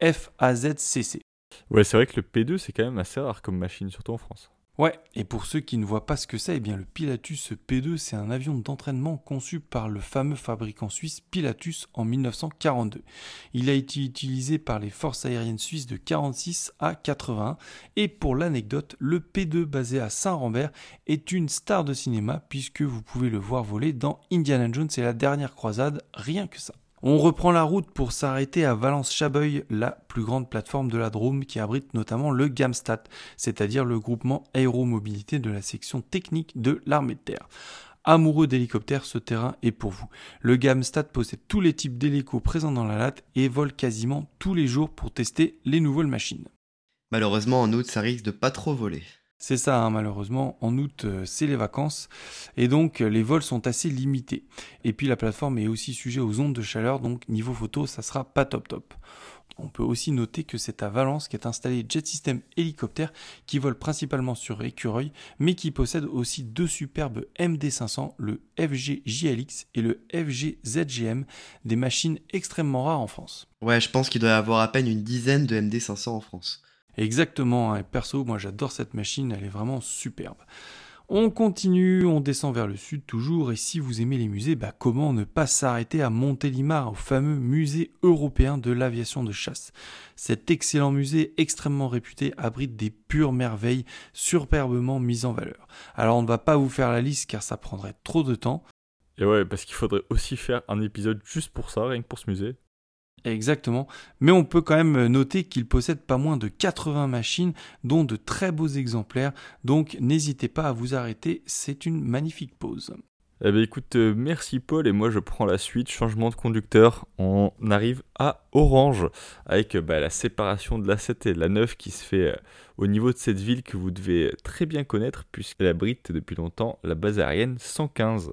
FAZCC. Ouais, c'est vrai que le P2 c'est quand même assez rare comme machine, surtout en France. Ouais, et pour ceux qui ne voient pas ce que c'est, eh bien le Pilatus P2, c'est un avion d'entraînement conçu par le fameux fabricant suisse Pilatus en 1942. Il a été utilisé par les forces aériennes suisses de 46 à 81, et pour l'anecdote, le P2 basé à Saint-Rambert est une star de cinéma puisque vous pouvez le voir voler dans Indiana Jones et la dernière croisade, rien que ça. On reprend la route pour s'arrêter à Valence-Chabeuil, la plus grande plateforme de la Drôme qui abrite notamment le GAMSTAT, c'est-à-dire le groupement aéromobilité de la section technique de l'armée de terre. Amoureux d'hélicoptères, ce terrain est pour vous. Le GAMSTAT possède tous les types d'hélicos présents dans la latte et vole quasiment tous les jours pour tester les nouvelles machines. Malheureusement, en août, ça risque de pas trop voler. C'est ça, malheureusement, en août, c'est les vacances, et donc les vols sont assez limités. Et puis la plateforme est aussi sujet aux ondes de chaleur, donc niveau photo, ça sera pas top. On peut aussi noter que c'est à Valence qu'est installé Jet System Hélicoptère qui vole principalement sur écureuil, mais qui possède aussi deux superbes MD500, le FG JLX et le FG ZGM, des machines extrêmement rares en France. Ouais, je pense qu'il doit y avoir à peine une dizaine de MD500 en France. Exactement, et perso, moi j'adore cette machine, elle est vraiment superbe. On continue, on descend vers le sud toujours, et si vous aimez les musées, comment ne pas s'arrêter à Montélimar, au fameux musée européen de l'aviation de chasse. Cet excellent musée extrêmement réputé abrite des pures merveilles superbement mises en valeur. Alors on ne va pas vous faire la liste car ça prendrait trop de temps. Et ouais, parce qu'il faudrait aussi faire un épisode juste pour ça, rien que pour ce musée. Exactement, mais on peut quand même noter qu'il possède pas moins de 80 machines, dont de très beaux exemplaires, donc n'hésitez pas à vous arrêter, c'est une magnifique pause. Eh bien écoute, merci Paul, et moi je prends la suite, changement de conducteur, on arrive à Orange, avec la séparation de l'A7 et de l'A9 qui se fait au niveau de cette ville que vous devez très bien connaître, puisqu'elle abrite depuis longtemps la base aérienne 115.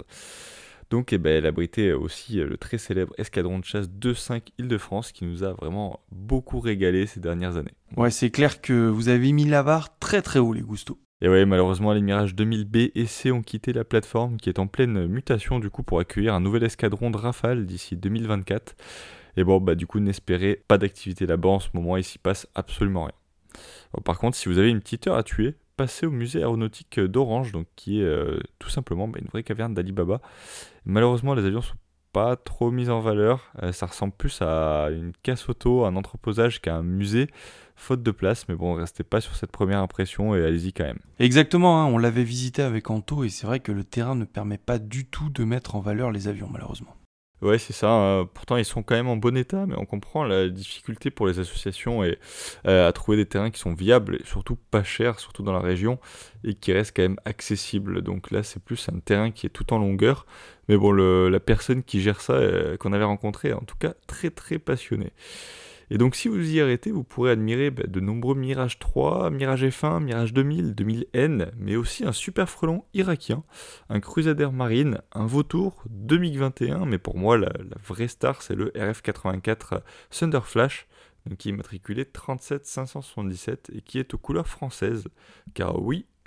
Donc elle abritait aussi le très célèbre escadron de chasse 2-5 Île-de-France qui nous a vraiment beaucoup régalé ces dernières années. Ouais, c'est clair que vous avez mis la barre très très haut les Gustos. Et ouais, malheureusement les Mirage 2000B et C ont quitté la plateforme qui est en pleine mutation du coup pour accueillir un nouvel escadron de Rafale d'ici 2024. Et du coup n'espérez pas d'activité là-bas en ce moment, il s'y passe absolument rien. Alors, par contre, si vous avez une petite heure à tuer, passez au musée aéronautique d'Orange, donc qui est tout simplement une vraie caverne d'Ali Baba. Malheureusement, les avions sont pas trop mis en valeur. Ça ressemble plus à une casse auto, un entreposage qu'à un musée, faute de place. Mais bon, restez pas sur cette première impression et allez-y quand même. Exactement, on l'avait visité avec Anto et c'est vrai que le terrain ne permet pas du tout de mettre en valeur les avions, malheureusement. Ouais, c'est ça. Pourtant, ils sont quand même en bon état, mais on comprend la difficulté pour les associations et à trouver des terrains qui sont viables et surtout pas chers, surtout dans la région, et qui restent quand même accessibles. Donc là, c'est plus un terrain qui est tout en longueur. Mais bon, la personne qui gère ça, qu'on avait rencontrée, est en tout cas très très passionnée. Et donc si vous y arrêtez, vous pourrez admirer de nombreux Mirage 3, Mirage F1, Mirage 2000, 2000N, mais aussi un super frelon irakien, un Crusader Marine, un Vautour, deux MiG-21, mais pour moi la vraie star c'est le RF-84 Thunder Flash, qui est matriculé 37577 et qui est aux couleurs françaises, car oui,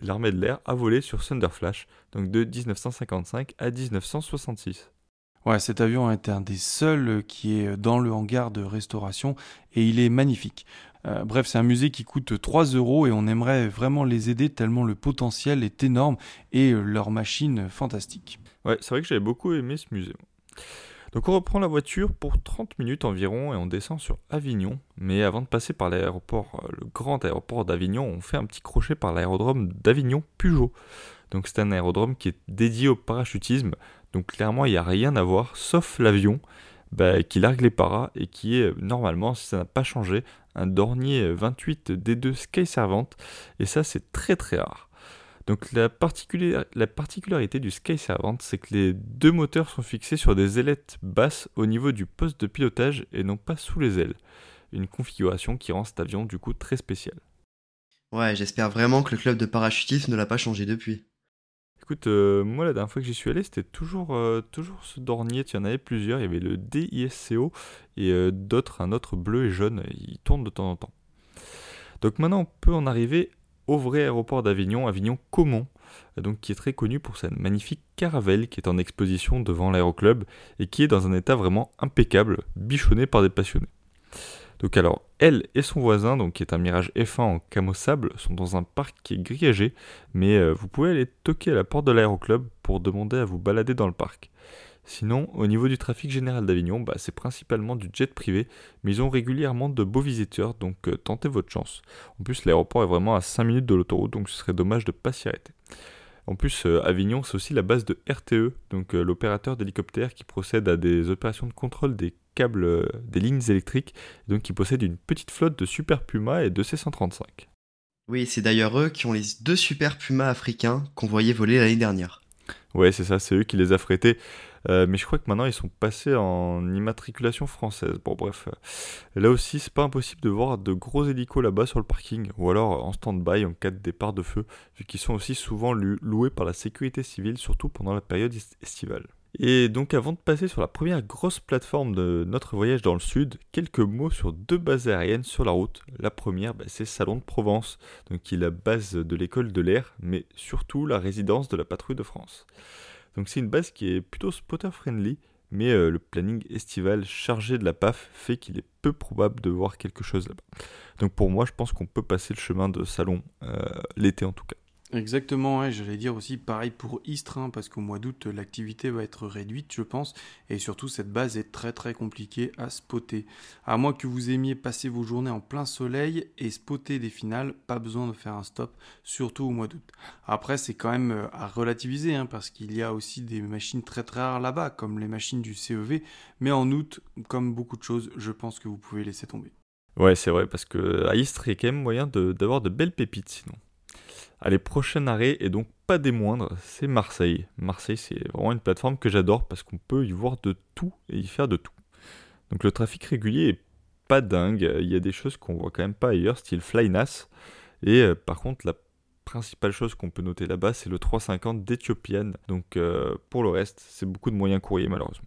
l'armée de l'air a volé sur Thunder Flash, donc de 1955 à 1966. Ouais, cet avion est un des seuls qui est dans le hangar de restauration et il est magnifique. Bref, c'est un musée qui coûte 3 € et on aimerait vraiment les aider tellement le potentiel est énorme et leur machine fantastique. Ouais, c'est vrai que j'avais beaucoup aimé ce musée. Donc on reprend la voiture pour 30 minutes environ et on descend sur Avignon. Mais avant de passer par l'aéroport, le grand aéroport d'Avignon, on fait un petit crochet par l'aérodrome d'Avignon-Pugeot. Donc c'est un aérodrome qui est dédié au parachutisme. Donc clairement il n'y a rien à voir sauf l'avion qui largue les paras et qui est normalement, si ça n'a pas changé, un Dornier 28 D2 Sky Servant. Et ça c'est très très rare. Donc la particularité du Sky Servant, c'est que les deux moteurs sont fixés sur des ailettes basses au niveau du poste de pilotage et non pas sous les ailes. Une configuration qui rend cet avion du coup très spécial. Ouais, j'espère vraiment que le club de parachutisme ne l'a pas changé depuis. Écoute, moi la dernière fois que j'y suis allé, c'était toujours ce Dornier, il y en avait plusieurs, il y avait le DISCO et un autre bleu et jaune, il tourne de temps en temps. Donc maintenant on peut en arriver au vrai aéroport d'Avignon, Avignon Caumont, donc qui est très connu pour sa magnifique caravelle qui est en exposition devant l'aéroclub et qui est dans un état vraiment impeccable, bichonné par des passionnés. Donc alors, elle et son voisin, donc qui est un Mirage F1 en camo sable, sont dans un parc qui est grillagé, mais vous pouvez aller toquer à la porte de l'aéroclub pour demander à vous balader dans le parc. Sinon, au niveau du trafic général d'Avignon, c'est principalement du jet privé, mais ils ont régulièrement de beaux visiteurs, donc tentez votre chance. En plus, l'aéroport est vraiment à 5 minutes de l'autoroute, donc ce serait dommage de ne pas s'y arrêter. En plus, Avignon, c'est aussi la base de RTE, donc l'opérateur d'hélicoptère qui procède à des opérations de contrôle des câbles des lignes électriques, et donc qui possède une petite flotte de Super Puma et de C-135. Oui, c'est d'ailleurs eux qui ont les 2 super pumas africains qu'on voyait voler l'année dernière. Ouais, c'est ça, c'est eux qui les a affrétés. Mais je crois que maintenant ils sont passés en immatriculation française. Bon, bref. Là aussi, c'est pas impossible de voir de gros hélicos là-bas sur le parking, ou alors en stand-by en cas de départ de feu, vu qu'ils sont aussi souvent loués par la sécurité civile, surtout pendant la période estivale. Et donc avant de passer sur la première grosse plateforme de notre voyage dans le sud, quelques mots sur 2 bases aériennes sur la route. La première, c'est Salon de Provence, donc qui est la base de l'école de l'air, mais surtout la résidence de la patrouille de France. Donc c'est une base qui est plutôt spotter-friendly, mais le planning estival chargé de la PAF fait qu'il est peu probable de voir quelque chose là-bas. Donc pour moi, je pense qu'on peut passer le chemin de Salon, l'été en tout cas. Exactement, ouais, j'allais dire aussi pareil pour Istres, parce qu'au mois d'août, l'activité va être réduite, je pense, et surtout cette base est très très compliquée à spotter. À moins que vous aimiez passer vos journées en plein soleil et spotter des finales, pas besoin de faire un stop, surtout au mois d'août. Après, c'est quand même à relativiser, parce qu'il y a aussi des machines très très rares là-bas, comme les machines du CEV, mais en août, comme beaucoup de choses, je pense que vous pouvez laisser tomber. Ouais, c'est vrai, parce qu'à Istres, il y a quand même moyen d'avoir de belles pépites sinon. Allez, prochain arrêt, et donc pas des moindres, c'est Marseille. Marseille, c'est vraiment une plateforme que j'adore parce qu'on peut y voir de tout et y faire de tout. Donc le trafic régulier est pas dingue, il y a des choses qu'on voit quand même pas ailleurs, style Flynas. Et par contre, la principale chose qu'on peut noter là-bas, c'est le 350 d'Ethiopian. Donc pour le reste, c'est beaucoup de moyens courriers malheureusement.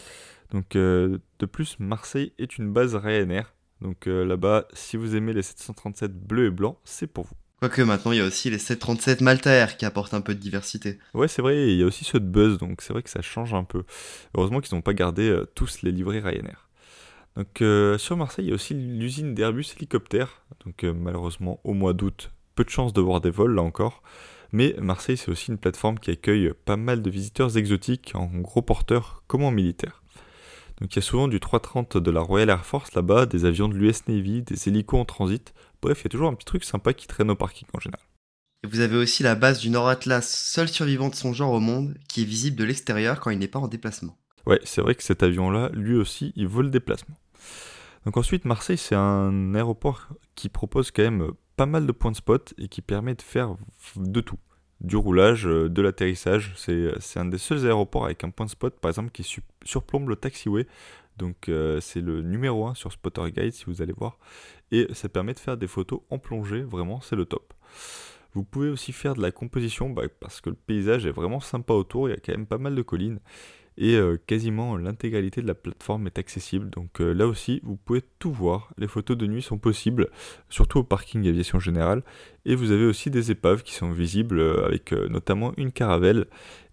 Donc de plus, Marseille est une base Ryanair. Donc là-bas, si vous aimez les 737 bleus et blancs, c'est pour vous. Quoique maintenant il y a aussi les 737 Malta Air qui apportent un peu de diversité. Ouais, c'est vrai, il y a aussi ceux de Buzz, donc c'est vrai que ça change un peu. Heureusement qu'ils n'ont pas gardé tous les livrets Ryanair. Donc sur Marseille, il y a aussi l'usine d'Airbus Hélicoptère. Donc malheureusement, au mois d'août, peu de chance de voir des vols là encore. Mais Marseille, c'est aussi une plateforme qui accueille pas mal de visiteurs exotiques en gros porteurs comme en militaire. Donc il y a souvent du 330 de la Royal Air Force là-bas, des avions de l'US Navy, des hélicos en transit. Bref, il y a toujours un petit truc sympa qui traîne au parking en général. Et vous avez aussi la base du Nord Atlas, seul survivant de son genre au monde, qui est visible de l'extérieur quand il n'est pas en déplacement. Ouais, c'est vrai que cet avion-là, lui aussi, il vaut le déplacement. Donc ensuite, Marseille, c'est un aéroport qui propose quand même pas mal de points de spot et qui permet de faire de tout. Du roulage, de l'atterrissage. C'est un des seuls aéroports avec un point de spot, par exemple, qui surplombe le taxiway. Donc c'est le numéro 1 sur Spotter Guide si vous allez voir. Et ça permet de faire des photos en plongée, vraiment c'est le top. Vous pouvez aussi faire de la composition parce que le paysage est vraiment sympa autour, il y a quand même pas mal de collines. et quasiment l'intégralité de la plateforme est accessible. Donc là aussi, vous pouvez tout voir. Les photos de nuit sont possibles, surtout au parking Aviation Générale. Et vous avez aussi des épaves qui sont visibles avec notamment une caravelle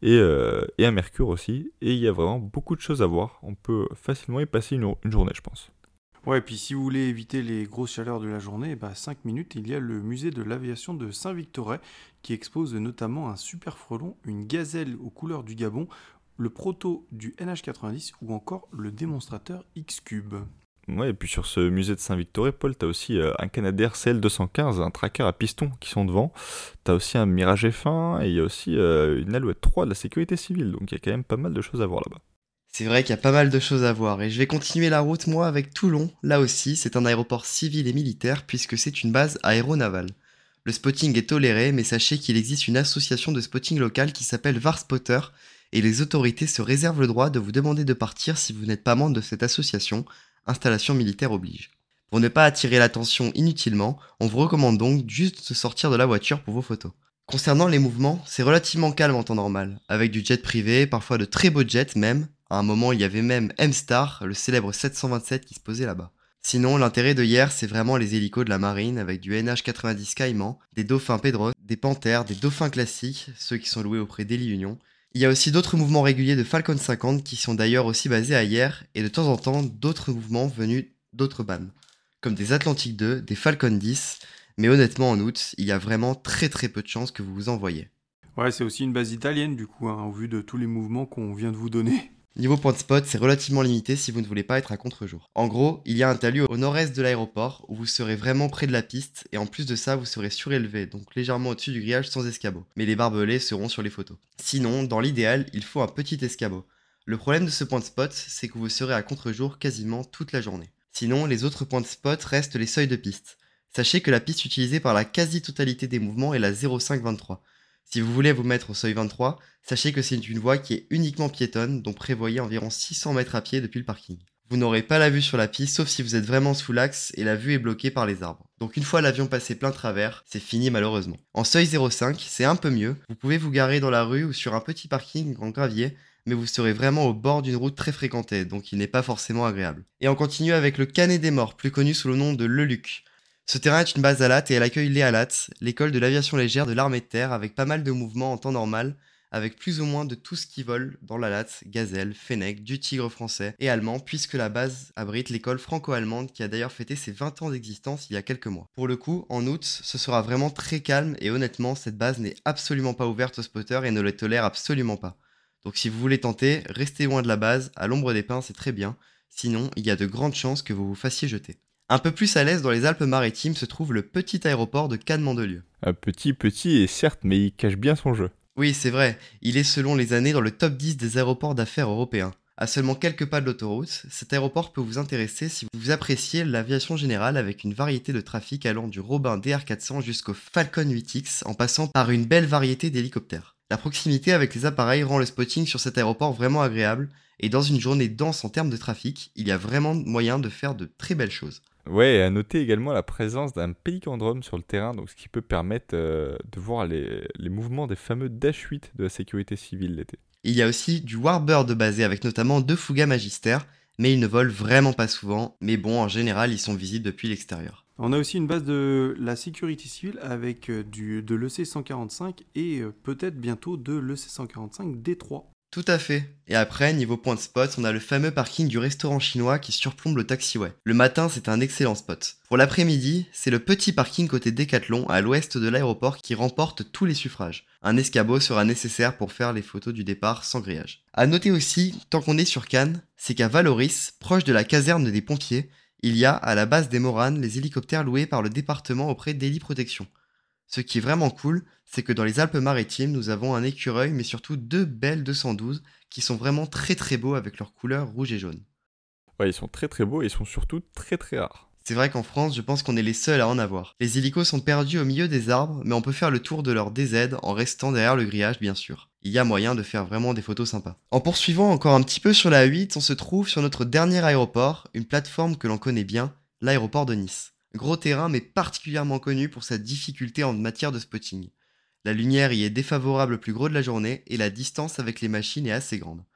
et un Mercure aussi. Et il y a vraiment beaucoup de choses à voir. On peut facilement y passer une journée, je pense. Ouais, et puis si vous voulez éviter les grosses chaleurs de la journée, 5 minutes, il y a le musée de l'aviation de Saint-Victoret qui expose notamment un super frelon, une gazelle aux couleurs du Gabon, le proto du NH90 ou encore le démonstrateur X-Cube. Ouais, et puis sur ce musée de Saint-Victoré, Paul, t'as aussi un Canadair CL215, un tracker à piston qui sont devant. T'as aussi un Mirage F1 et il y a aussi une Alouette 3 de la sécurité civile. Donc il y a quand même pas mal de choses à voir là-bas. C'est vrai qu'il y a pas mal de choses à voir et je vais continuer la route moi avec Toulon. Là aussi, c'est un aéroport civil et militaire puisque c'est une base aéronavale. Le spotting est toléré, mais sachez qu'il existe une association de spotting locale qui s'appelle Varspotter et les autorités se réservent le droit de vous demander de partir si vous n'êtes pas membre de cette association, installation militaire oblige. Pour ne pas attirer l'attention inutilement, on vous recommande donc juste de sortir de la voiture pour vos photos. Concernant les mouvements, c'est relativement calme en temps normal, avec du jet privé, parfois de très beaux jets même. À un moment, il y avait même M-Star, le célèbre 727 qui se posait là-bas. Sinon, l'intérêt de hier, c'est vraiment les hélicos de la marine, avec du NH90 Cayman, des dauphins Pedros, des panthères, des dauphins classiques, ceux qui sont loués auprès d'Eli Union. Il y a aussi d'autres mouvements réguliers de Falcon 50 qui sont d'ailleurs aussi basés à hier, et de temps en temps, d'autres mouvements venus d'autres bandes, comme des Atlantic 2, des Falcon 10, mais honnêtement en août, il y a vraiment très peu de chances que vous vous envoyiez. Ouais, c'est aussi une base italienne du coup, au vu de tous les mouvements qu'on vient de vous donner. Niveau point de spot, c'est relativement limité si vous ne voulez pas être à contre-jour. En gros, il y a un talus au nord-est de l'aéroport où vous serez vraiment près de la piste et en plus de ça, vous serez surélevé, donc légèrement au-dessus du grillage sans escabeau. Mais les barbelés seront sur les photos. Sinon, dans l'idéal, il faut un petit escabeau. Le problème de ce point de spot, c'est que vous serez à contre-jour quasiment toute la journée. Sinon, les autres points de spot restent les seuils de piste. Sachez que la piste utilisée par la quasi-totalité des mouvements est la 0523. Si vous voulez vous mettre au seuil 23, sachez que c'est une voie qui est uniquement piétonne, donc prévoyez environ 600 mètres à pied depuis le parking. Vous n'aurez pas la vue sur la piste sauf si vous êtes vraiment sous l'axe et la vue est bloquée par les arbres. Donc une fois l'avion passé plein travers, c'est fini malheureusement. En seuil 05, c'est un peu mieux, vous pouvez vous garer dans la rue ou sur un petit parking en gravier, mais vous serez vraiment au bord d'une route très fréquentée, donc il n'est pas forcément agréable. Et on continue avec le Canet des Morts, plus connu sous le nom de Le Luc. Ce terrain est une base à Latte et elle accueille l'EALAT, l'école de l'aviation légère de l'armée de terre, avec pas mal de mouvements en temps normal, avec plus ou moins de tout ce qui vole dans la latte, gazelle, fennec, du tigre français et allemand, puisque la base abrite l'école franco-allemande qui a d'ailleurs fêté ses 20 ans d'existence il y a quelques mois. Pour le coup, en août, ce sera vraiment très calme et honnêtement, cette base n'est absolument pas ouverte aux spotters et ne les tolère absolument pas. Donc si vous voulez tenter, restez loin de la base, à l'ombre des pins c'est très bien, sinon il y a de grandes chances que vous vous fassiez jeter. Un peu plus à l'est dans les Alpes-Maritimes se trouve le petit aéroport de Cannes-Mandelieu. Un petit et certes, mais il cache bien son jeu. Oui, c'est vrai, il est selon les années dans le top 10 des aéroports d'affaires européens. À seulement quelques pas de l'autoroute, cet aéroport peut vous intéresser si vous appréciez l'aviation générale avec une variété de trafic allant du Robin DR400 jusqu'au Falcon 8X en passant par une belle variété d'hélicoptères. La proximité avec les appareils rend le spotting sur cet aéroport vraiment agréable et dans une journée dense en termes de trafic, il y a vraiment moyen de faire de très belles choses. Ouais, et à noter également la présence d'un pélicandrome sur le terrain, donc ce qui peut permettre de voir les mouvements des fameux Dash 8 de la sécurité civile l'été. Il y a aussi du Warbird basé avec notamment 2 Fuga Magister, mais ils ne volent vraiment pas souvent, mais bon, en général, ils sont visibles depuis l'extérieur. On a aussi une base de la sécurité civile avec de l'EC-145 et peut-être bientôt de l'EC-145 D3. Tout à fait. Et après, niveau point de spot, on a le fameux parking du restaurant chinois qui surplombe le taxiway. Le matin, c'est un excellent spot. Pour l'après-midi, c'est le petit parking côté Décathlon à l'ouest de l'aéroport qui remporte tous les suffrages. Un escabeau sera nécessaire pour faire les photos du départ sans grillage. À noter aussi, tant qu'on est sur Cannes, c'est qu'à Valoris, proche de la caserne des pompiers, il y a à la base des Moranes les hélicoptères loués par le département auprès d'Heli Protection. Ce qui est vraiment cool, c'est que dans les Alpes-Maritimes, nous avons un écureuil, mais surtout 2 belles 212 qui sont vraiment très beaux avec leurs couleurs rouge et jaune. Ouais, ils sont très beaux et ils sont surtout très rares. C'est vrai qu'en France, je pense qu'on est les seuls à en avoir. Les hélicos sont perdus au milieu des arbres, mais on peut faire le tour de leur DZ en restant derrière le grillage, bien sûr. Il y a moyen de faire vraiment des photos sympas. En poursuivant encore un petit peu sur la 8, on se trouve sur notre dernier aéroport, une plateforme que l'on connaît bien, l'aéroport de Nice. Gros terrain, mais particulièrement connu pour sa difficulté en matière de spotting. La lumière y est défavorable le plus gros de la journée et la distance avec les machines est assez grande.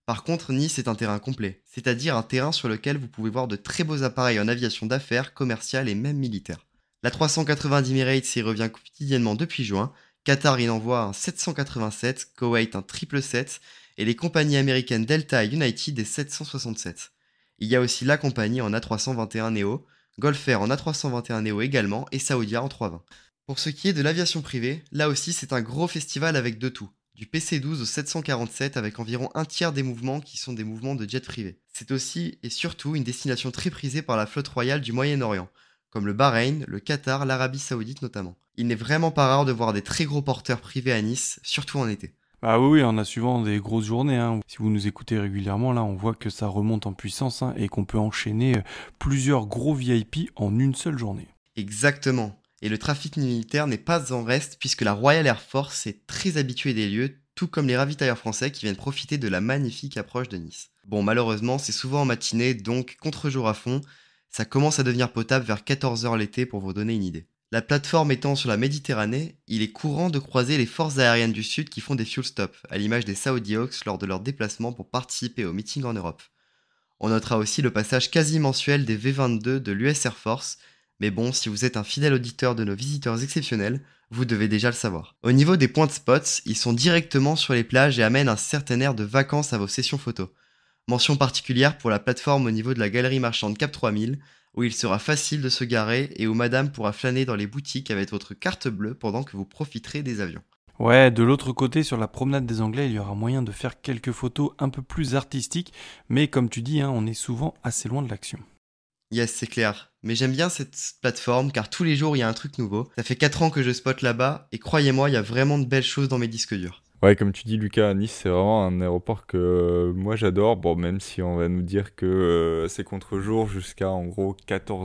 Par contre, Nice est un terrain complet, c'est-à-dire un terrain sur lequel vous pouvez voir de très beaux appareils en aviation d'affaires, commerciale et même militaire. La 390 Emirates y revient quotidiennement depuis juin, Qatar y envoie un 787, Koweït un 777 et les compagnies américaines Delta et United des 767. Il y a aussi la compagnie en A321 Neo, Gulf Air en A321 Neo également et Saudia en 320. Pour ce qui est de l'aviation privée, là aussi c'est un gros festival avec de tout. Du PC-12 au 747 avec environ un tiers des mouvements qui sont des mouvements de jets privés. C'est aussi et surtout une destination très prisée par la flotte royale du Moyen-Orient, comme le Bahreïn, le Qatar, l'Arabie Saoudite notamment. Il n'est vraiment pas rare de voir des très gros porteurs privés à Nice, surtout en été. Bah oui, on a souvent des grosses journées. Si vous nous écoutez régulièrement, là, on voit que ça remonte en puissance et qu'on peut enchaîner plusieurs gros VIP en une seule journée. Exactement. Et le trafic militaire n'est pas en reste puisque la Royal Air Force est très habituée des lieux, tout comme les ravitailleurs français qui viennent profiter de la magnifique approche de Nice. Bon, malheureusement, c'est souvent en matinée, donc contre-jour à fond. Ça commence à devenir potable vers 14h l'été pour vous donner une idée. La plateforme étant sur la Méditerranée, il est courant de croiser les forces aériennes du Sud qui font des fuel stops, à l'image des Saudi Hawks lors de leur déplacement pour participer au meeting en Europe. On notera aussi le passage quasi mensuel des V-22 de l'US Air Force, mais bon, si vous êtes un fidèle auditeur de nos visiteurs exceptionnels, vous devez déjà le savoir. Au niveau des points de spots, ils sont directement sur les plages et amènent un certain air de vacances à vos sessions photos. Mention particulière pour la plateforme au niveau de la galerie marchande Cap 3000, où il sera facile de se garer et où madame pourra flâner dans les boutiques avec votre carte bleue pendant que vous profiterez des avions. Ouais, de l'autre côté, sur la promenade des Anglais, il y aura moyen de faire quelques photos un peu plus artistiques, mais comme tu dis, on est souvent assez loin de l'action. Yes, c'est clair. Mais j'aime bien cette plateforme car tous les jours il y a un truc nouveau. Ça fait 4 ans que je spotte là-bas et croyez-moi, il y a vraiment de belles choses dans mes disques durs. Ouais, comme tu dis, Lucas, Nice, c'est vraiment un aéroport que moi j'adore. Bon, même si on va nous dire que c'est contre-jour jusqu'à en gros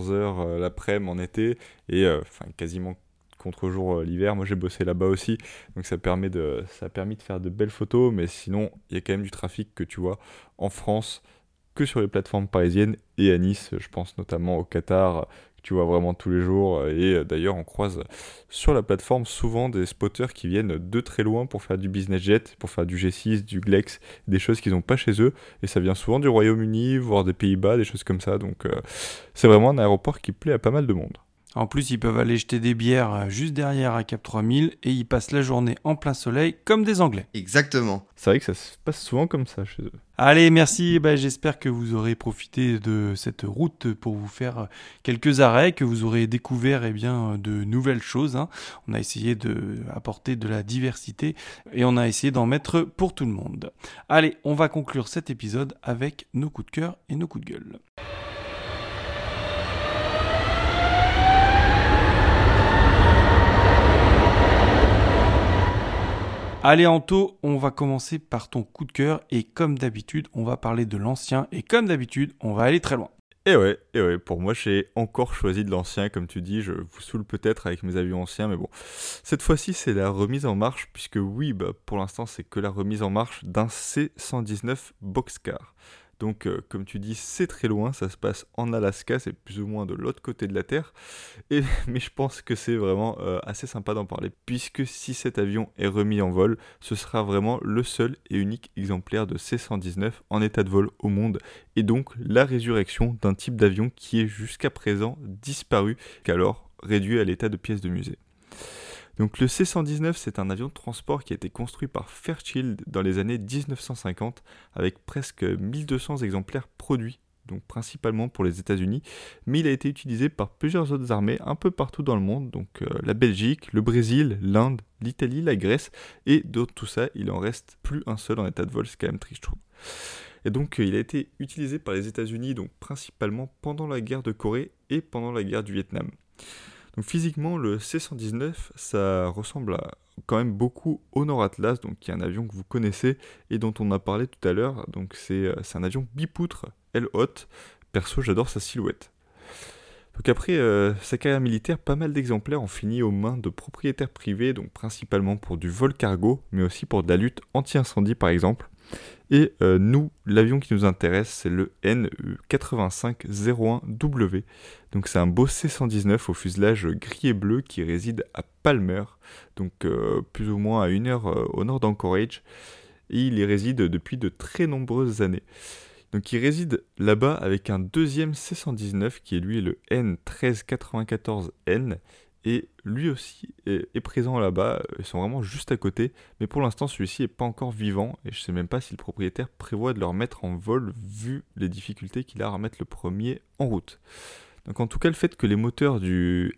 14h l'après-midi en été et quasiment contre-jour l'hiver. Moi j'ai bossé là-bas aussi, donc ça a permis de faire de belles photos. Mais sinon, il y a quand même du trafic que tu vois en France que sur les plateformes parisiennes et à Nice. Je pense notamment au Qatar, que tu vois vraiment tous les jours. Et d'ailleurs, on croise sur la plateforme souvent des spotters qui viennent de très loin pour faire du business jet, pour faire du G6, du Glex, des choses qu'ils n'ont pas chez eux. Et ça vient souvent du Royaume-Uni, voire des Pays-Bas, des choses comme ça. Donc c'est vraiment un aéroport qui plaît à pas mal de monde. En plus, ils peuvent aller jeter des bières juste derrière à Cap 3000 et ils passent la journée en plein soleil comme des Anglais. Exactement. C'est vrai que ça se passe souvent comme ça chez eux. Allez, merci. J'espère que vous aurez profité de cette route pour vous faire quelques arrêts, que vous aurez découvert de nouvelles choses. On a essayé d'apporter de la diversité et on a essayé d'en mettre pour tout le monde. Allez, on va conclure cet épisode avec nos coups de cœur et nos coups de gueule. Allez Anto, on va commencer par ton coup de cœur et comme d'habitude, on va parler de l'ancien et comme d'habitude, on va aller très loin. Et ouais, pour moi j'ai encore choisi de l'ancien, comme tu dis, je vous saoule peut-être avec mes avions anciens, mais bon. Cette fois-ci c'est la remise en marche, puisque oui, pour l'instant c'est que la remise en marche d'un C-119 Boxcar. Donc comme tu dis, c'est très loin, ça se passe en Alaska, c'est plus ou moins de l'autre côté de la Terre. Mais je pense que c'est vraiment assez sympa d'en parler, puisque si cet avion est remis en vol, ce sera vraiment le seul et unique exemplaire de C-119 en état de vol au monde, et donc la résurrection d'un type d'avion qui est jusqu'à présent disparu, qu'alors réduit à l'état de pièce de musée. Donc le C-119, c'est un avion de transport qui a été construit par Fairchild dans les années 1950 avec presque 1200 exemplaires produits, donc principalement pour les États-Unis, mais il a été utilisé par plusieurs autres armées un peu partout dans le monde, donc la Belgique, le Brésil, l'Inde, l'Italie, la Grèce, et d'autres tout ça, il en reste plus un seul en état de vol, c'est quand même triste, je trouve. Et donc il a été utilisé par les États-Unis, donc principalement pendant la guerre de Corée et pendant la guerre du Vietnam. Donc physiquement, le C-119, ça ressemble quand même beaucoup au Nord Atlas, donc qui est un avion que vous connaissez et dont on a parlé tout à l'heure. Donc c'est un avion bipoutre, aile haute. Perso, j'adore sa silhouette. Donc après sa carrière militaire, pas mal d'exemplaires ont fini aux mains de propriétaires privés, donc principalement pour du vol cargo, mais aussi pour de la lutte anti-incendie par exemple. Et nous, l'avion qui nous intéresse, c'est le N8501W. Donc c'est un beau C-119 au fuselage gris et bleu qui réside à Palmer, donc plus ou moins à 1 heure au nord d'Anchorage. et il y réside depuis de très nombreuses années. Donc il réside là-bas avec un deuxième C119 qui est lui le N1394N, et lui aussi est présent là-bas, ils sont vraiment juste à côté, mais pour l'instant celui-ci n'est pas encore vivant, et je ne sais même pas si le propriétaire prévoit de le remettre en vol vu les difficultés qu'il a à remettre le premier en route. Donc en tout cas, le fait que les moteurs du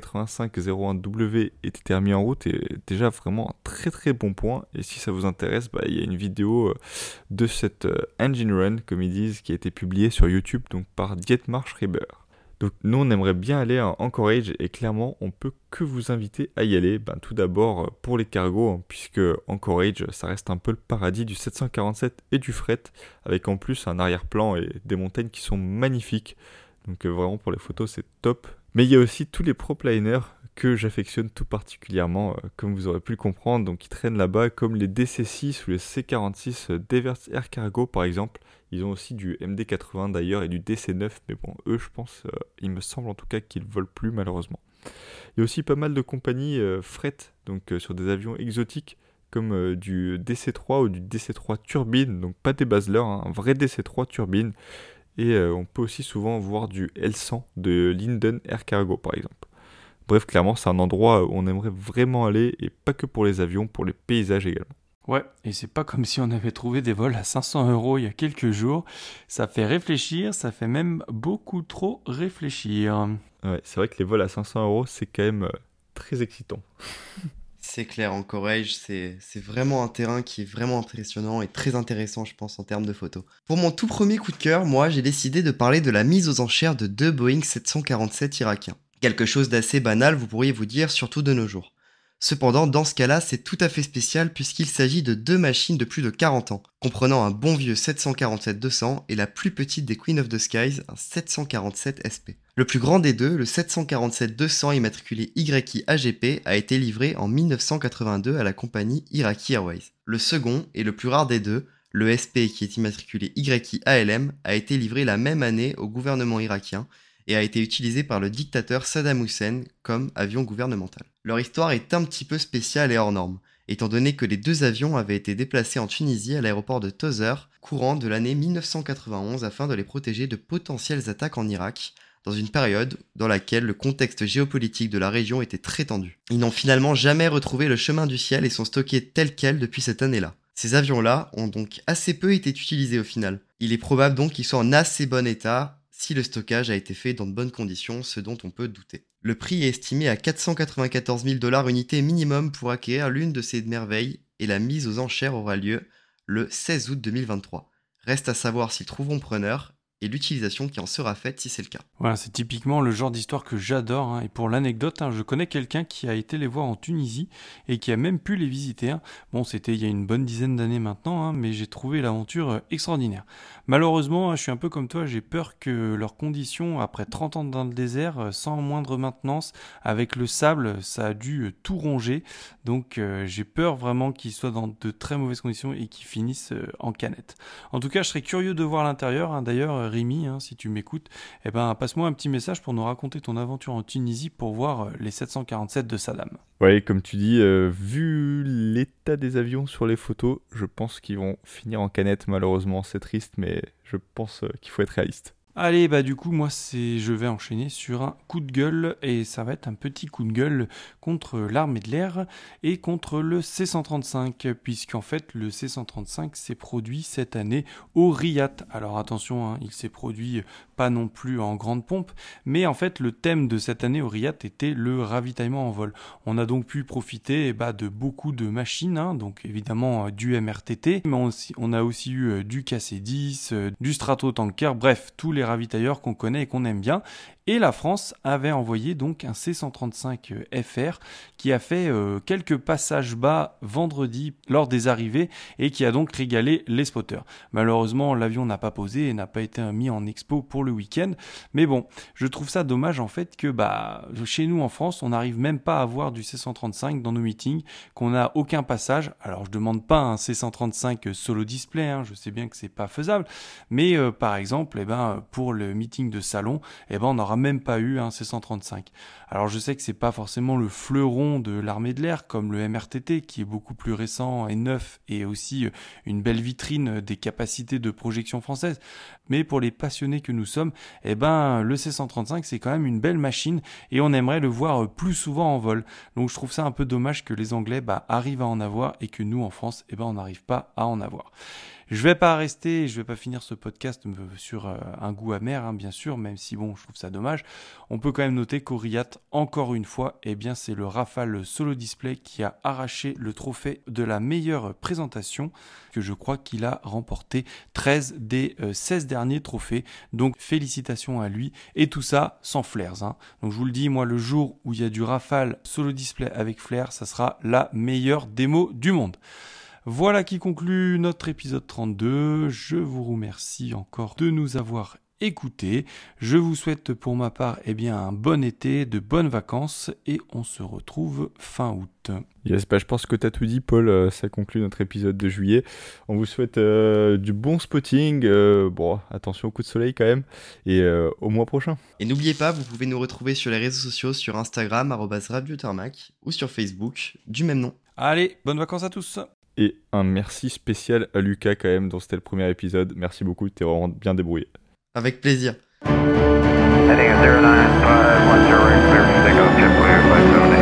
N8501W aient été remis en route est déjà vraiment un très très bon point. Et si ça vous intéresse, il y a une vidéo de cette engine run, comme ils disent, qui a été publiée sur YouTube donc par Dietmar Schreiber. Donc nous, on aimerait bien aller à Anchorage et clairement, on peut que vous inviter à y aller. Tout d'abord pour les cargos, puisque Anchorage, ça reste un peu le paradis du 747 et du fret, avec en plus un arrière-plan et des montagnes qui sont magnifiques. Donc vraiment pour les photos c'est top. Mais il y a aussi tous les propliners que j'affectionne tout particulièrement, comme vous aurez pu le comprendre, donc ils traînent là-bas comme les DC-6 ou les C-46 d'Everts Air Cargo par exemple. Ils ont aussi du MD-80 d'ailleurs et du DC-9, mais bon, eux je pense, il me semble en tout cas qu'ils volent plus malheureusement. Il y a aussi pas mal de compagnies fret, donc sur des avions exotiques, comme du DC-3 ou du DC-3 turbine, donc pas des Basler, un vrai DC-3 turbine. Et on peut aussi souvent voir du L100 de Linden Air Cargo par exemple. Bref, clairement, c'est un endroit où on aimerait vraiment aller, et pas que pour les avions, pour les paysages également. Ouais, et c'est pas comme si on avait trouvé des vols à 500 € il y a quelques jours. Ça fait réfléchir, ça fait même beaucoup trop réfléchir. Ouais, c'est vrai que les vols à 500 €, c'est quand même très excitant. C'est clair, Anchorage, c'est vraiment un terrain qui est vraiment impressionnant et très intéressant, je pense, en termes de photos. Pour mon tout premier coup de cœur, moi, j'ai décidé de parler de la mise aux enchères de 2 Boeing 747 irakiens. Quelque chose d'assez banal, vous pourriez vous dire, surtout de nos jours. Cependant, dans ce cas-là, c'est tout à fait spécial puisqu'il s'agit de 2 machines de plus de 40 ans, comprenant un bon vieux 747-200 et la plus petite des Queen of the Skies, un 747 SP. Le plus grand des deux, le 747-200 immatriculé YI AGP, a été livré en 1982 à la compagnie Iraqi Airways. Le second, et le plus rare des deux, le SP qui est immatriculé YI ALM, a été livré la même année au gouvernement irakien et a été utilisé par le dictateur Saddam Hussein comme avion gouvernemental. Leur histoire est un petit peu spéciale et hors norme, étant donné que les deux avions avaient été déplacés en Tunisie à l'aéroport de Tozeur courant de l'année 1991 afin de les protéger de potentielles attaques en Irak, dans une période dans laquelle le contexte géopolitique de la région était très tendu. Ils n'ont finalement jamais retrouvé le chemin du ciel et sont stockés tels quels depuis cette année-là. Ces avions-là ont donc assez peu été utilisés au final. Il est probable donc qu'ils soient en assez bon état si le stockage a été fait dans de bonnes conditions, ce dont on peut douter. Le prix est estimé à 494 000 $ unité minimum pour acquérir l'une de ces merveilles et la mise aux enchères aura lieu le 16 août 2023. Reste à savoir s'ils trouveront preneur et l'utilisation qui en sera faite si c'est le cas. Voilà, c'est typiquement le genre d'histoire que j'adore. Et pour l'anecdote, je connais quelqu'un qui a été les voir en Tunisie et qui a même pu les visiter. Bon, c'était il y a une bonne dizaine d'années maintenant, mais j'ai trouvé l'aventure extraordinaire. Malheureusement, je suis un peu comme toi, j'ai peur que leurs conditions, après 30 ans dans le désert, sans moindre maintenance, avec le sable, ça a dû tout ronger. Donc j'ai peur vraiment qu'ils soient dans de très mauvaises conditions et qu'ils finissent en canette. En tout cas, je serais curieux de voir l'intérieur. D'ailleurs, Rémi, si tu m'écoutes, passe-moi un petit message pour nous raconter ton aventure en Tunisie pour voir les 747 de Saddam. Oui, comme tu dis, vu l'état des avions sur les photos, je pense qu'ils vont finir en canette malheureusement. C'est triste, mais je pense qu'il faut être réaliste. Allez, du coup, moi, je vais enchaîner sur un coup de gueule, et ça va être un petit coup de gueule contre l'armée de l'air et contre le C-135, puisqu'en fait, le C-135 s'est produit cette année au Riyad. Alors attention, il s'est produit pas non plus en grande pompe, mais en fait, le thème de cette année au Riyad était le ravitaillement en vol. On a donc pu profiter de beaucoup de machines, donc évidemment du MRTT, mais on a aussi eu du KC-10, du Stratotanker, bref, tous les ravitailleurs qu'on connaît et qu'on aime bien. Et la France avait envoyé donc un C-135 FR qui a fait quelques passages bas vendredi lors des arrivées et qui a donc régalé les spotters. Malheureusement, l'avion n'a pas posé et n'a pas été mis en expo pour le week-end. Mais bon, je trouve ça dommage en fait que chez nous en France, on n'arrive même pas à avoir du C-135 dans nos meetings, qu'on n'a aucun passage. Alors je demande pas un C-135 solo display, je sais bien que c'est pas faisable, mais par exemple, pour le meeting de salon, on aura aura même pas eu un C-135. Alors je sais que c'est pas forcément le fleuron de l'armée de l'air comme le MRTT qui est beaucoup plus récent et neuf et aussi une belle vitrine des capacités de projection françaises. Mais pour les passionnés que nous sommes, le C-135 c'est quand même une belle machine et on aimerait le voir plus souvent en vol. Donc je trouve ça un peu dommage que les Anglais arrivent à en avoir et que nous en France, on n'arrive pas à en avoir. Je vais pas finir ce podcast sur un goût amer, bien sûr, même si je trouve ça dommage. On peut quand même noter qu'Aurillac, encore une fois, c'est le Rafale Solo Display qui a arraché le trophée de la meilleure présentation, que je crois qu'il a remporté 13 des 16 derniers trophées. Donc félicitations à lui, et tout ça sans flares. Donc je vous le dis, moi le jour où il y a du Rafale Solo Display avec flares, ça sera la meilleure démo du monde. Voilà qui conclut notre épisode 32. Je vous remercie encore de nous avoir écoutés. Je vous souhaite pour ma part un bon été, de bonnes vacances et on se retrouve fin août. Yes, je pense que tu as tout dit, Paul. Ça conclut notre épisode de juillet. On vous souhaite du bon spotting. Attention au coup de soleil quand même. Et au mois prochain. Et n'oubliez pas, vous pouvez nous retrouver sur les réseaux sociaux, sur Instagram, @radiotarmac, ou sur Facebook, du même nom. Allez, bonnes vacances à tous. Et un merci spécial à Lucas quand même, dont c'était le premier épisode. Merci beaucoup, t'es vraiment bien débrouillé. Avec plaisir. Heading 09510, clear for signal, JetBlue 570.